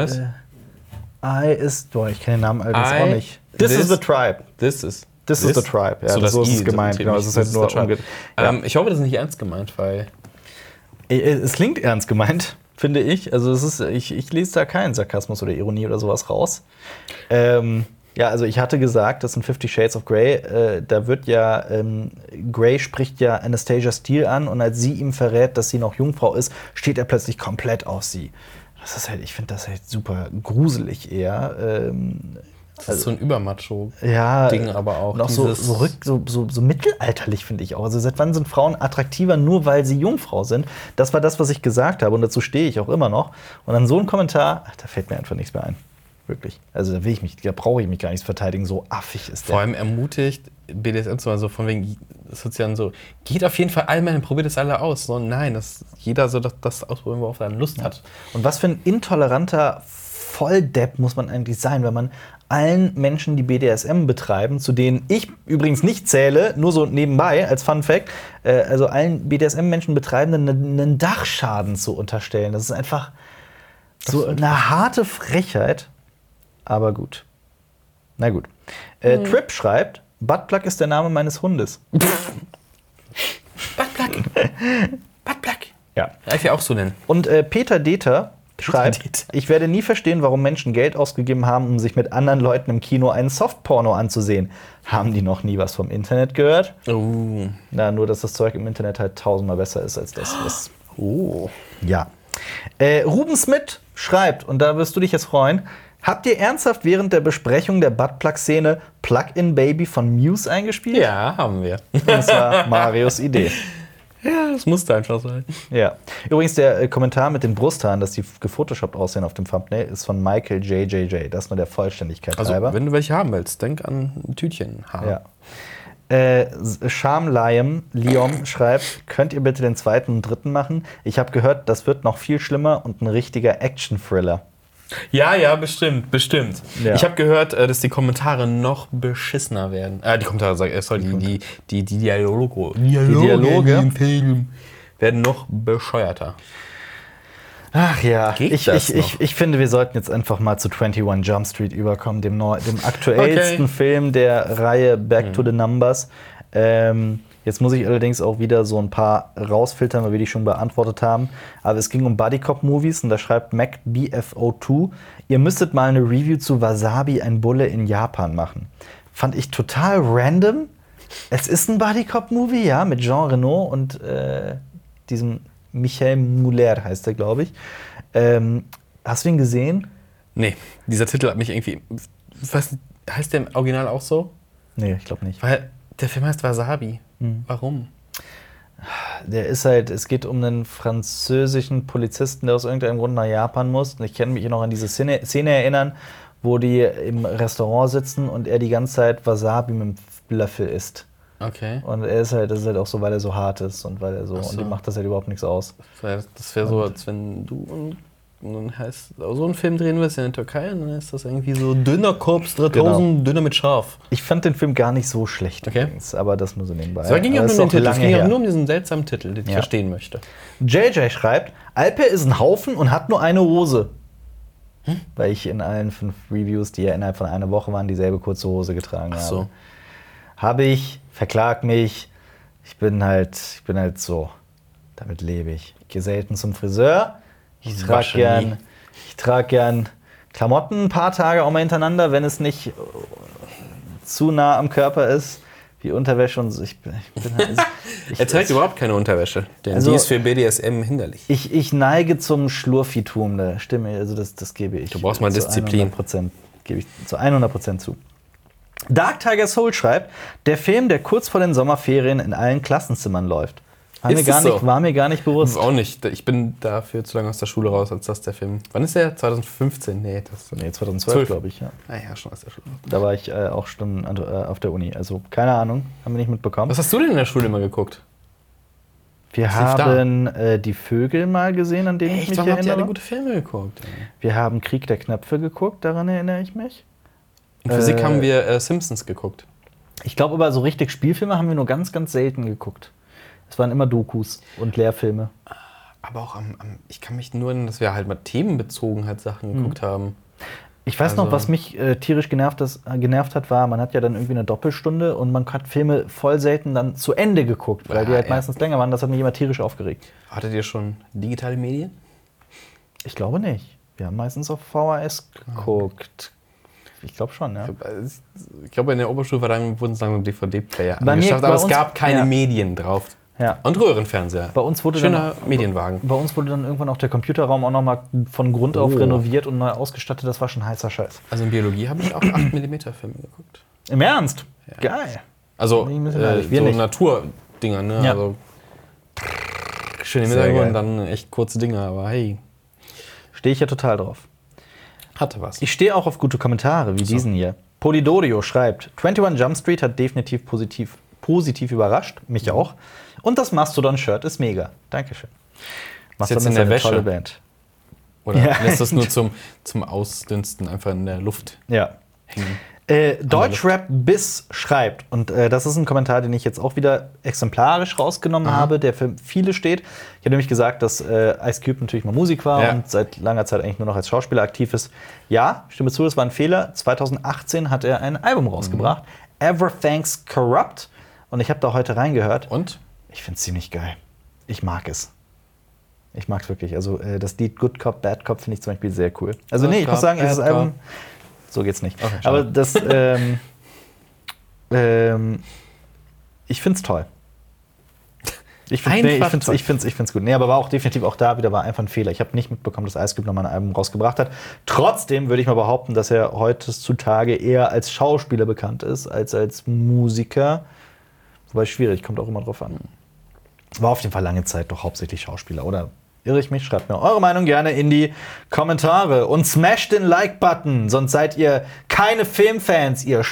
ich kenne den Namen allerdings auch nicht. This is the Tribe. This is the Tribe. Ja, so ist es gemeint. Genau, es ist halt nur ich hoffe, das ist nicht ernst gemeint, weil... Es klingt ernst gemeint. finde ich. Also ich lese da keinen Sarkasmus oder Ironie oder sowas raus. Ja, also ich hatte gesagt, das sind 50 Shades of Grey. Da wird ja, Grey spricht ja Anastasia Steele an und als sie ihm verrät, dass sie noch Jungfrau ist, steht er plötzlich komplett auf sie. Das ist halt, ich finde das halt super gruselig eher. Das ist so ein Übermacho-Ding, ja, aber auch. Und auch so mittelalterlich, finde ich auch. Also seit wann sind Frauen attraktiver, nur weil sie Jungfrau sind? Das war das, was ich gesagt habe und dazu stehe ich auch immer noch. Und dann so ein Kommentar, da fällt mir einfach nichts mehr ein. Wirklich. Also da brauche ich mich gar nicht verteidigen, so affig ist der. Vor allem ermutigt BDSM zwar so von wegen sozusagen so, geht auf jeden Fall all meine, probiert es alle aus. So, nein, jeder soll das ausprobieren, worauf er Lust hat. Und was für ein intoleranter Volldepp muss man eigentlich sein, wenn man allen Menschen, die BDSM betreiben, zu denen ich übrigens nicht zähle, nur so nebenbei als Fun Fact, also allen BDSM-Menschen Betreibenden einen Dachschaden zu unterstellen. Das ist einfach so eine harte Frechheit. Aber gut. Na gut. Trip schreibt, Buttplug ist der Name meines Hundes. Buttplug. Buttplug. Ja. Darf ich auch so nennen. Und Peter Deter schreibt, ich werde nie verstehen, warum Menschen Geld ausgegeben haben, um sich mit anderen Leuten im Kino einen Softporno anzusehen. Haben die noch nie was vom Internet gehört? Oh. Na, nur, dass das Zeug im Internet halt 1000-mal besser ist als das, was... Oh. Ja. Ruben Smith schreibt, und da wirst du dich jetzt freuen, habt ihr ernsthaft während der Besprechung der Buttplug-Szene Plug-in Baby von Muse eingespielt? Ja, haben wir. Das war Marios Idee. Ja, das musste einfach sein. Ja. Übrigens, der Kommentar mit den Brusthaaren, dass die gefotoshoppt aussehen auf dem Thumbnail, ist von Michael JJJ. Das nur der Vollständigkeit halber. Also, wenn du welche haben willst, denk an ein Tütchen. Ja. Liam schreibt, könnt ihr bitte den zweiten und dritten machen? Ich habe gehört, das wird noch viel schlimmer und ein richtiger Action-Thriller. Ja, bestimmt. Ja. Ich habe gehört, dass die Kommentare noch beschissener werden. Die Kommentare, die Dialoge im Film werden noch bescheuerter. Ach ja, ich finde, wir sollten jetzt einfach mal zu 21 Jump Street überkommen, dem aktuellsten Film der Reihe Back to the Numbers. Jetzt muss ich allerdings auch wieder so ein paar rausfiltern, weil wir die schon beantwortet haben. Aber es ging um Buddy-Cop-Movies und da schreibt MacBFO2, ihr müsstet mal eine Review zu Wasabi, ein Bulle in Japan machen. Fand ich total random. Es ist ein Buddy-Cop-Movie, ja, mit Jean Reno und diesem Michael Muller heißt er, glaube ich. Hast du ihn gesehen? Nee, dieser Titel hat mich irgendwie... Was, heißt der im Original auch so? Nee, ich glaube nicht. Weil der Film heißt Wasabi. Warum? Der ist halt, es geht um einen französischen Polizisten, der aus irgendeinem Grund nach Japan muss. Und ich kann mich noch an diese Szene erinnern, wo die im Restaurant sitzen und er die ganze Zeit Wasabi mit dem Löffel isst. Okay. Und das ist halt auch so, weil er so hart ist und weil er so. Und ihm macht das halt überhaupt nichts aus. Das wäre so, als wenn du so einen Film drehen willst in der Türkei, und dann ist das irgendwie so dünner Korps 3000, dünner mit Scharf. Ich fand den Film gar nicht so schlecht, okay. Übrigens, aber das nur so nebenbei. Es ging ja nur um den Titel, es ging nur um diesen seltsamen Titel, den ich verstehen möchte. JJ schreibt, Alper ist ein Haufen und hat nur eine Hose. Weil ich in allen 5 Reviews, die ja innerhalb von einer Woche waren, dieselbe kurze Hose getragen habe. Habe ich, verklag mich, ich bin halt so, damit lebe ich. Ich gehe selten zum Friseur. Ich trage gern Klamotten ein paar Tage auch mal hintereinander, wenn es nicht zu nah am Körper ist, wie Unterwäsche und so. Er trägt überhaupt keine Unterwäsche, denn die ist für BDSM hinderlich. Ich neige zum Schlurfitum, da stimme, also das gebe ich. Du brauchst mal Disziplin. 100% gebe ich zu 100% zu. Dark Tiger Soul schreibt, der Film, der kurz vor den Sommerferien in allen Klassenzimmern läuft. War mir gar nicht bewusst. Das ist auch nicht. Ich bin dafür zu lange aus der Schule raus, als das der Film. Wann ist der? 2015? Nee, 2012, glaube ich. Ja. Ja, schon aus der Schule. Da war ich auch schon auf der Uni. Also, keine Ahnung, haben wir nicht mitbekommen. Was hast du denn in der Schule immer geguckt? Wir haben die Vögel mal gesehen, an denen ich mich erinnere. Habt ihr alle gute Filme geguckt? Wir haben Krieg der Knöpfe geguckt, daran erinnere ich mich. In Physik haben wir Simpsons geguckt. Ich glaube aber, so richtig Spielfilme haben wir nur ganz, ganz selten geguckt. Es waren immer Dokus und Lehrfilme. Aber auch ich kann mich nur erinnern, dass wir halt mal themenbezogen halt Sachen geguckt haben. Ich weiß noch, was mich tierisch genervt hat, war, man hat ja dann irgendwie eine Doppelstunde und man hat Filme voll selten dann zu Ende geguckt, weil die halt meistens länger waren. Das hat mich immer tierisch aufgeregt. Hattet ihr schon digitale Medien? Ich glaube nicht. Wir haben meistens auf VHS geguckt. Ich glaube schon, ja. Ich glaube, in der Oberstufe wurden es dann DVD-Player angeschafft, aber es gab keine Medien drauf. Ja. Und Röhrenfernseher. Bei uns wurde Schöner Medienwagen. Bei uns wurde dann irgendwann auch der Computerraum auch nochmal von Grund auf renoviert und neu ausgestattet. Das war schon heißer Scheiß. Also in Biologie habe ich auch 8mm-Filme geguckt. Im Ernst? Ja. Geil. Also so Naturdinger, ne? Ja. Also schön im Hintergrund, dann echt kurze Dinger, aber hey. Stehe ich ja total drauf. Hatte was. Ich stehe auch auf gute Kommentare, wie diesen hier. Polidorio schreibt, 21 Jump Street hat definitiv positiv überrascht, mich auch. Und das Mastodon-Shirt ist mega. Dankeschön. Mastodon ist eine tolle Band. Oder lässt das nur zum Ausdünsten einfach in der Luft hängen? Deutschrap Biss schreibt, und das ist ein Kommentar, den ich jetzt auch wieder exemplarisch rausgenommen habe, der für viele steht. Ich habe nämlich gesagt, dass Ice Cube natürlich mal Musik war und seit langer Zeit eigentlich nur noch als Schauspieler aktiv ist. Ja, stimme zu, das war ein Fehler. 2018 hat er ein Album rausgebracht, Everthanks Corrupt, und ich habe da heute reingehört. Und? Ich finde es ziemlich geil. Ich mag es. Ich mag es wirklich. Also das Lied Good Cop, Bad Cop finde ich zum Beispiel sehr cool. Also ich muss sagen, dieses Album... So geht's nicht. Okay, aber das, ich find's toll. Ich find's gut. Nee, aber war auch definitiv auch da wieder war einfach ein Fehler. Ich habe nicht mitbekommen, dass Ice Cube nochmal ein Album rausgebracht hat. Trotzdem würde ich mal behaupten, dass er heutzutage eher als Schauspieler bekannt ist, als Musiker. Wobei schwierig, kommt auch immer drauf an. War auf jeden Fall lange Zeit doch hauptsächlich Schauspieler, oder? Irre ich mich? Schreibt mir eure Meinung gerne in die Kommentare. Und smash den Like-Button, sonst seid ihr keine Filmfans, ihr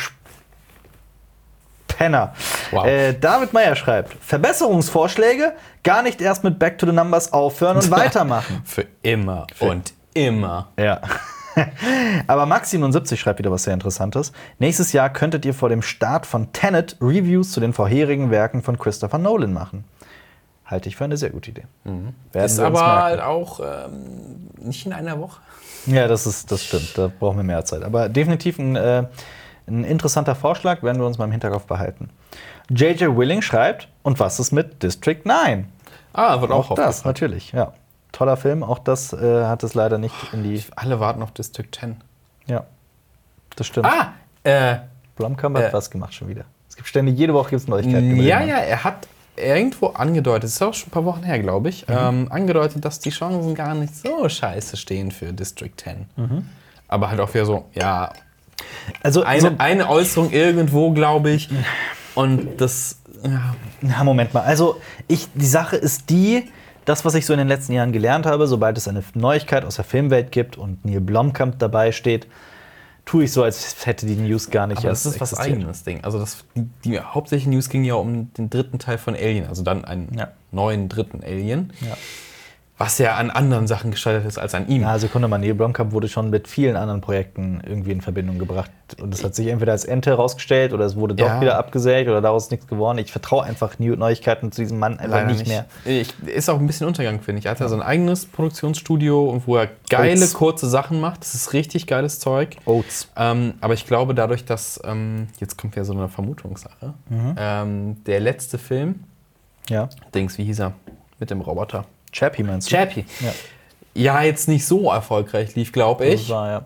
Penner. Wow. David Meyer schreibt, Verbesserungsvorschläge, gar nicht erst mit Back to the Numbers aufhören und weitermachen. Für immer und immer. Ja. Aber Max77 schreibt wieder was sehr Interessantes. Nächstes Jahr könntet ihr vor dem Start von Tenet Reviews zu den vorherigen Werken von Christopher Nolan machen. Halte ich für eine sehr gute Idee. Ist aber halt auch nicht in einer Woche. Ja, das stimmt. Da brauchen wir mehr Zeit. Aber definitiv ein interessanter Vorschlag, werden wir uns mal im Hinterkopf behalten. J.J. Willing schreibt, und was ist mit District 9? Wird auch das, natürlich, ja. Toller Film, auch das hat es leider nicht in die... Alle warten auf District 10. Ja, das stimmt. Blomkamp hat was gemacht schon wieder. Es gibt ständig, jede Woche gibt es Neuigkeiten. Ja, er hat irgendwo angedeutet, das ist auch schon ein paar Wochen her, glaube ich, angedeutet, dass die Chancen gar nicht so scheiße stehen für District 10. Aber halt auch wieder so, ja, also eine Äußerung irgendwo, glaube ich. Und das, ja, Moment mal. Also, die Sache ist das, was ich so in den letzten Jahren gelernt habe, sobald es eine Neuigkeit aus der Filmwelt gibt und Neil Blomkamp dabei steht, tue ich so, als hätte die News gar nicht erst existiert. Das ist was eigenes Ding. Also die hauptsächliche News ging ja um den dritten Teil von Alien, also dann einen neuen dritten Alien. Ja. Was ja an anderen Sachen gescheitert ist als an ihm. Ja, Sekunde mal, Neil Blomkamp wurde schon mit vielen anderen Projekten irgendwie in Verbindung gebracht. Und das hat sich entweder als Ente herausgestellt oder es wurde doch wieder abgesägt oder daraus nichts geworden. Ich vertraue einfach Neuigkeiten zu diesem Mann einfach nicht mehr. Ist auch ein bisschen Untergang, finde ich. Er hat ja sein eigenes Produktionsstudio, und wo er geile, kurze Sachen macht. Das ist richtig geiles Zeug. Aber ich glaube, dadurch, dass, jetzt kommt ja so eine Vermutungssache, der letzte Film, wie hieß er? Mit dem Roboter. Chappie meinst du? Chappie. Ja, jetzt nicht so erfolgreich lief, glaube ich. Das war,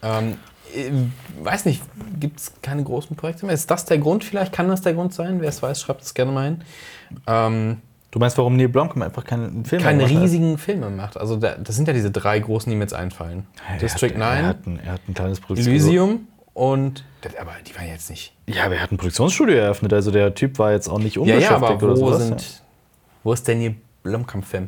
weiß nicht, gibt es keine großen Projekte mehr? Ist das der Grund vielleicht? Kann das der Grund sein? Wer es weiß, schreibt es gerne mal hin. Du meinst, warum Neil Blomkamp einfach keinen Film keine riesigen Filme macht? Also das sind ja diese 3 großen, die mir jetzt einfallen. District 9, er hat ein kleines Elysium und... Aber die waren jetzt nicht... Ja, aber er hat ein Produktionsstudio eröffnet. Also der Typ war jetzt auch nicht unbeschäftigt aber oder so. Wo ist der Neil Blomkamp-Film?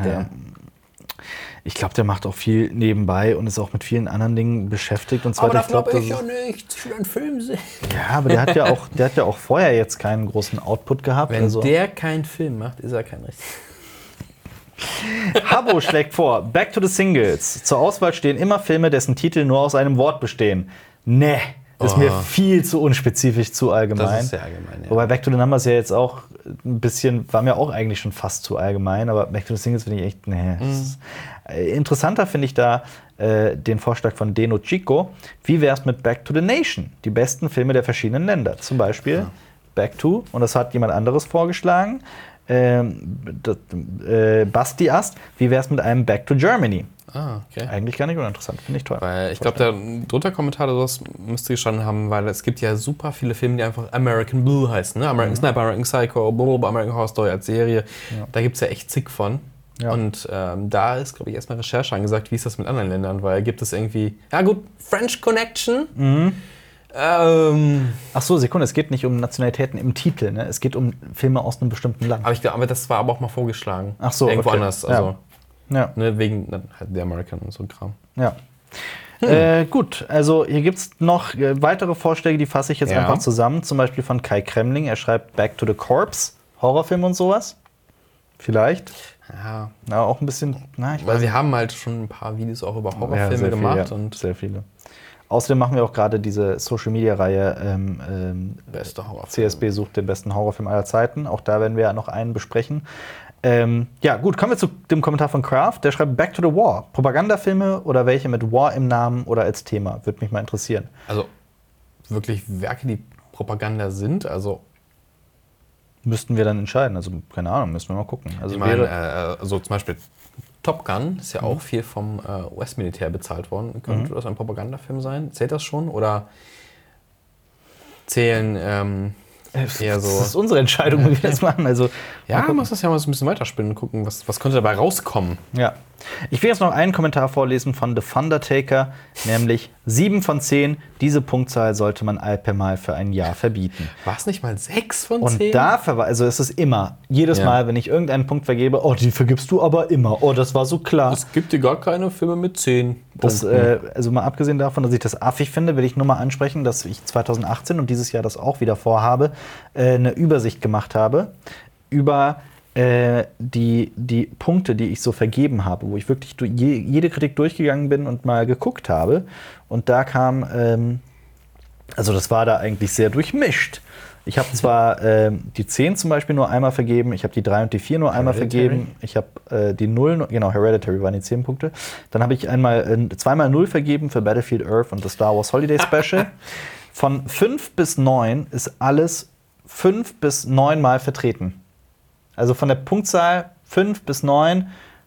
Ich glaube, der macht auch viel nebenbei und ist auch mit vielen anderen Dingen beschäftigt. Und zwar, aber da glaube ich ja nicht. Ich will einen Film sehen. Ja, aber der hat ja auch vorher jetzt keinen großen Output gehabt. Wenn der keinen Film macht, ist er kein richtiger. Habbo schlägt vor, Back to the Singles. Zur Auswahl stehen immer Filme, dessen Titel nur aus einem Wort bestehen. Nee. Ist mir viel zu unspezifisch, zu allgemein. Das ist sehr allgemein, ja. Wobei Back to the Numbers ja jetzt auch ein bisschen, war mir auch eigentlich schon fast zu allgemein, aber Back to the Singles finde ich echt, Interessanter finde ich da den Vorschlag von Deno Chico. Wie wär's mit Back to the Nation? Die besten Filme der verschiedenen Länder. Zum Beispiel Back to, und das hat jemand anderes vorgeschlagen, Basti Ast, wie wär's mit einem Back to Germany? Okay. Eigentlich gar nicht uninteressant, finde ich toll. Weil ich glaube, der drunter Kommentar oder sowas müsste gestanden haben, weil es gibt ja super viele Filme, die einfach American Blue heißen. Ne? American Sniper, American Psycho, American Horror Story als Serie. Ja. Da gibt es ja echt zig von. Ja. Und da ist, glaube ich, erstmal Recherche angesagt, wie ist das mit anderen Ländern, weil gibt es irgendwie, French Connection. Ach so, Sekunde, es geht nicht um Nationalitäten im Titel, ne? Es geht um Filme aus einem bestimmten Land. Aber das war aber auch mal vorgeschlagen. Ach so, irgendwo anders, also ja. Ne, wegen halt der American und so ein Kram. Ja. Gut, also hier gibt es noch weitere Vorschläge, die fasse ich jetzt einfach zusammen. Zum Beispiel von Kai Kremling, er schreibt Back to the Corpse, Horrorfilm und sowas. Vielleicht. Ja. Auch ein bisschen, weil wir haben halt schon ein paar Videos auch über Horrorfilme gemacht. Und sehr viele. Außerdem machen wir auch gerade diese Social-Media-Reihe Beste Horrorfilm. CSB sucht den besten Horrorfilm aller Zeiten. Auch da werden wir ja noch einen besprechen. Gut, kommen wir zu dem Kommentar von Kraft. Der schreibt Back to the War. Propagandafilme oder welche mit War im Namen oder als Thema? Würde mich mal interessieren. Also wirklich Werke, die Propaganda sind? Also müssten wir dann entscheiden. Also keine Ahnung, müssen wir mal gucken. Also, ich meine, also zum Beispiel Top Gun ist ja auch viel vom US-Militär bezahlt worden. Könnte das ein Propagandafilm sein? Zählt das schon? Oder zählen eher so... Das ist unsere Entscheidung, wie wir das machen. Also, man muss das ja mal so ein bisschen weiterspinnen und gucken, was könnte dabei rauskommen. Ja. Ich will jetzt noch einen Kommentar vorlesen von The Thundertaker, nämlich 7 von 10. Diese Punktzahl sollte man allgemein für ein Jahr verbieten. War es nicht mal 6 von 10? Und dafür, also es ist immer, jedes Mal, wenn ich irgendeinen Punkt vergebe, die vergibst du aber immer. Das war so klar. Es gibt dir gar keine Filme mit 10 Punkten. Also mal abgesehen davon, dass ich das affig finde, will ich nur mal ansprechen, dass ich 2018 und dieses Jahr das auch wieder vorhabe, eine Übersicht gemacht habe über die Punkte, die ich so vergeben habe, wo ich wirklich jede Kritik durchgegangen bin und mal geguckt habe. Und da kam, das war da eigentlich sehr durchmischt. Ich habe zwar die 10 zum Beispiel nur einmal vergeben, ich habe die 3 und die 4 nur einmal vergeben, ich habe die 0, Hereditary waren die 10 Punkte. Dann habe ich zweimal 0 vergeben für Battlefield Earth und das Star Wars Holiday Special. Von 5 bis 9 ist alles 5 bis 9 Mal vertreten. Also von der Punktzahl 5 bis 9.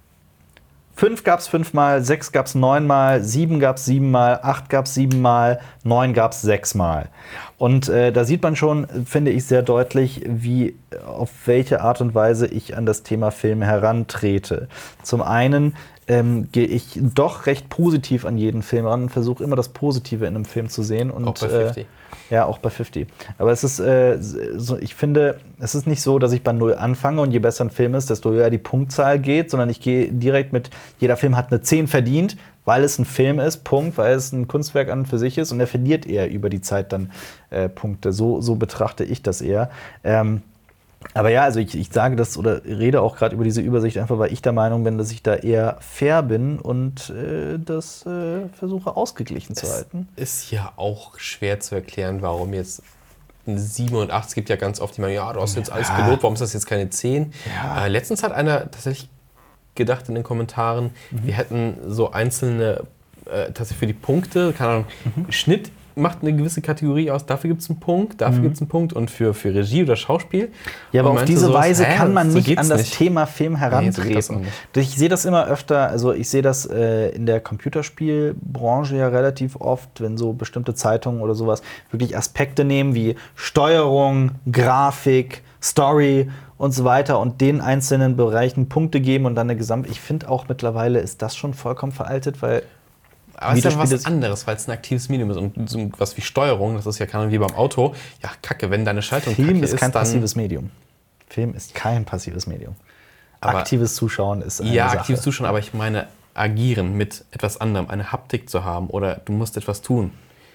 5 gab es 5 Mal, 6 gab es 9 Mal, 7 gab es 7 Mal, 8 gab es 7 Mal, 9 gab es 6 Mal. Und da sieht man schon, finde ich, sehr deutlich, auf welche Art und Weise ich an das Thema Film herantrete. Zum einen gehe ich doch recht positiv an jeden Film ran und versuche immer das Positive in einem Film zu sehen. Und, auch bei 50. Ja, auch bei 50. Aber es ist ich finde, es ist nicht so, dass ich bei 0 anfange und je besser ein Film ist, desto höher die Punktzahl geht, sondern ich gehe direkt mit, jeder Film hat eine 10 verdient, weil es ein Film ist, Punkt, weil es ein Kunstwerk an und für sich ist und er verliert eher über die Zeit dann Punkte. So betrachte ich das eher. Aber ja, also ich sage das oder rede auch gerade über diese Übersicht einfach, weil ich der Meinung bin, dass ich da eher fair bin und das versuche ausgeglichen zu halten. Ist ja auch schwer zu erklären, warum jetzt eine 7 und 8, es gibt ja ganz oft die Meinung, du hast jetzt alles gelobt, warum ist das jetzt keine 10? Ja. Letztens hat einer tatsächlich gedacht in den Kommentaren, wir hätten so einzelne, tatsächlich für die Punkte, keine Ahnung, Schnitt macht eine gewisse Kategorie aus, dafür gibt es einen Punkt, dafür gibt es einen Punkt und für Regie oder Schauspiel. Ja, aber auf diese Weise kann man nicht an das Thema Film herantreten. Nee, ich sehe das immer öfter, also ich sehe das in der Computerspielbranche ja relativ oft, wenn so bestimmte Zeitungen oder sowas wirklich Aspekte nehmen wie Steuerung, Grafik, Story und so weiter und den einzelnen Bereichen Punkte geben und dann eine Ich finde auch mittlerweile ist das schon vollkommen veraltet, weil aber es ist ja was anderes, weil es ein aktives Medium ist. Und so was wie Steuerung, das ist ja keine wie beim Auto. Ja, kacke, wenn deine Schaltung Film ist kein passives Medium. Film ist kein passives Medium. Aber aktives Zuschauen ist eine Sache. Aktives Zuschauen, aber ich meine, agieren mit etwas anderem, eine Haptik zu haben oder du musst etwas tun.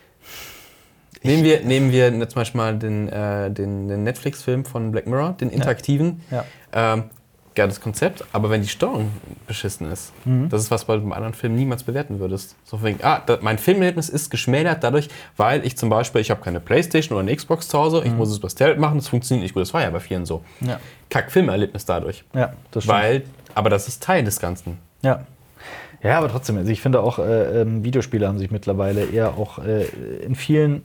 Nehmen wir jetzt zum Beispiel mal den Netflix-Film von Black Mirror, den interaktiven. Ja. Geiles Konzept, aber wenn die Steuerung beschissen ist, das ist was, was du beim anderen Film niemals bewerten würdest. So wegen, mein Filmerlebnis ist geschmälert dadurch, weil ich zum Beispiel, ich habe keine Playstation oder eine Xbox zu Hause, ich muss es über das Tablet machen, das funktioniert nicht gut, das war ja bei vielen so. Ja. Kack-Filmerlebnis dadurch. Ja, das stimmt. Aber das ist Teil des Ganzen. Ja. Ja, aber trotzdem, also ich finde auch, Videospiele haben sich mittlerweile eher auch in vielen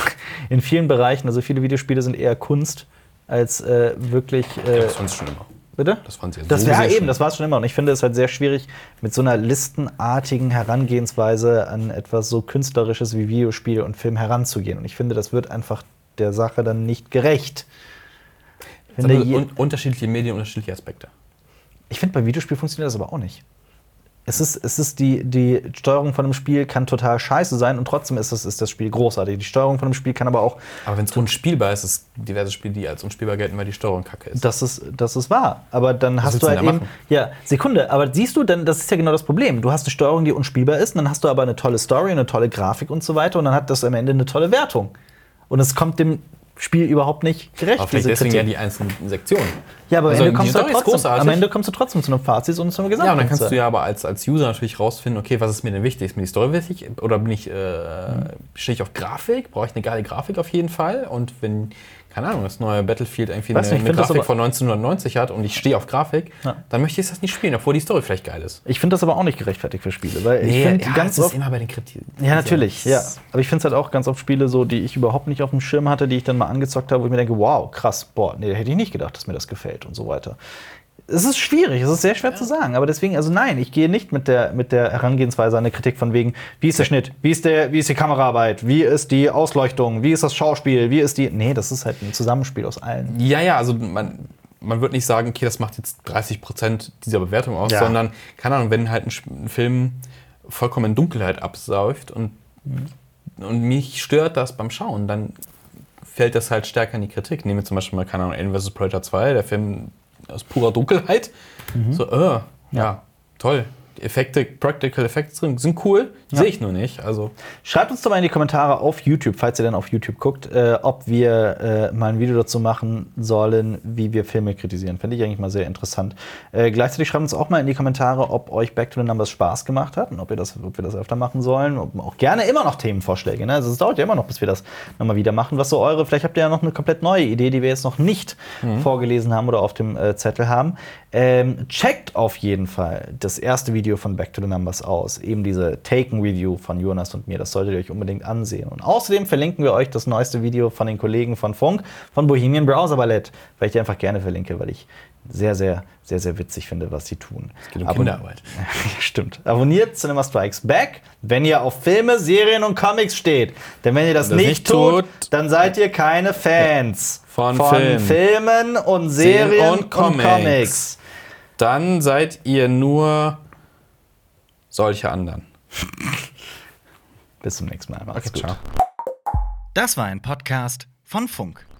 Bereichen, also viele Videospiele sind eher Kunst als wirklich. Das fand ich schon immer. Bitte? Das fand sie ja das so wäre eben, das war es schon immer. Und ich finde es halt sehr schwierig, mit so einer listenartigen Herangehensweise an etwas so Künstlerisches wie Videospiel und Film heranzugehen. Und ich finde, das wird einfach der Sache dann nicht gerecht. Unterschiedliche Medien, unterschiedliche Aspekte. Ich finde, bei Videospiel funktioniert das aber auch nicht. Es ist die Steuerung von einem Spiel kann total scheiße sein und trotzdem ist das Spiel großartig. Die Steuerung von einem Spiel kann aber auch. Aber wenn es unspielbar ist, es diverse Spiele, die als unspielbar gelten, weil die Steuerung kacke ist. Das ist wahr. Aber dann hast du halt eben. Ja, Sekunde, aber siehst du, denn das ist ja genau das Problem. Du hast eine Steuerung, die unspielbar ist, und dann hast du aber eine tolle Story, eine tolle Grafik und so weiter, und dann hat das am Ende eine tolle Wertung. Und es kommt dem Spiel überhaupt nicht gerecht. Aber vielleicht deswegen ja die einzelnen Sektionen. Ja, aber am Ende kommst du trotzdem zu einem Fazit und zu einem Gesamtbild. Ja, und dann kannst du ja aber als User natürlich rausfinden, okay, was ist mir denn wichtig? Ist mir die Story wichtig? Oder stehe ich auf Grafik? Brauche ich eine geile Grafik auf jeden Fall? Und wenn, keine Ahnung, das neue Battlefield irgendwie eine Grafik von 1990 hat und ich stehe auf Grafik, dann möchte ich das nicht spielen, obwohl die Story vielleicht geil ist. Ich finde das aber auch nicht gerechtfertigt für Spiele. Weil ich finde ganz oft immer bei den Kriterien. Ja, natürlich, ja. Aber ich finde es halt auch ganz oft Spiele so, die ich überhaupt nicht auf dem Schirm hatte, die ich dann mal angezockt habe, wo ich mir denke, wow, krass, boah, nee, hätte ich nicht gedacht, dass mir das gefällt und so weiter. Es ist schwierig, es ist sehr schwer zu sagen, aber deswegen, also nein, ich gehe nicht mit der Herangehensweise an eine Kritik von wegen, wie ist der Schnitt, wie ist die Kameraarbeit, wie ist die Ausleuchtung, wie ist das Schauspiel, wie ist die. Nee, das ist halt ein Zusammenspiel aus allen. Ja, also man wird nicht sagen, okay, das macht jetzt 30% dieser Bewertung aus, sondern, keine Ahnung, wenn halt ein Film vollkommen in Dunkelheit absäuft und mich stört das beim Schauen, dann fällt das halt stärker in die Kritik. Nehmen wir zum Beispiel mal, keine Ahnung, Alien vs. Predator 2, der Film aus purer Dunkelheit. Ja, toll. Die Practical Effects drin sind cool, sehe ich nur nicht. Also. Schreibt uns doch mal in die Kommentare auf YouTube, falls ihr dann auf YouTube guckt, ob wir mal ein Video dazu machen sollen, wie wir Filme kritisieren. Finde ich eigentlich mal sehr interessant. Gleichzeitig schreibt uns auch mal in die Kommentare, ob euch Back to the Numbers Spaß gemacht hat und ob wir das öfter machen sollen. Auch gerne immer noch Themenvorschläge. Ne? Also es dauert ja immer noch, bis wir das nochmal wieder machen. Was so vielleicht habt ihr ja noch eine komplett neue Idee, die wir jetzt noch nicht vorgelesen haben oder auf dem Zettel haben. Checkt auf jeden Fall das erste Video von Back to the Numbers aus. Eben diese Taken-Review von Jonas und mir. Das solltet ihr euch unbedingt ansehen. Und außerdem verlinken wir euch das neueste Video von den Kollegen von Funk, von Bohemian Browser Ballett, weil ich die einfach gerne verlinke, weil ich sehr, sehr, sehr, sehr witzig finde, was sie tun. Es geht um Kinderarbeit. Stimmt. Abonniert Cinema Strikes Back, wenn ihr auf Filme, Serien und Comics steht. Denn wenn ihr das nicht tut, dann seid ihr keine Fans von Filmen und Serien und Comics. Dann seid ihr nur solche anderen. Bis zum nächsten Mal. Macht's gut. Ciao. Das war ein Podcast von Funk.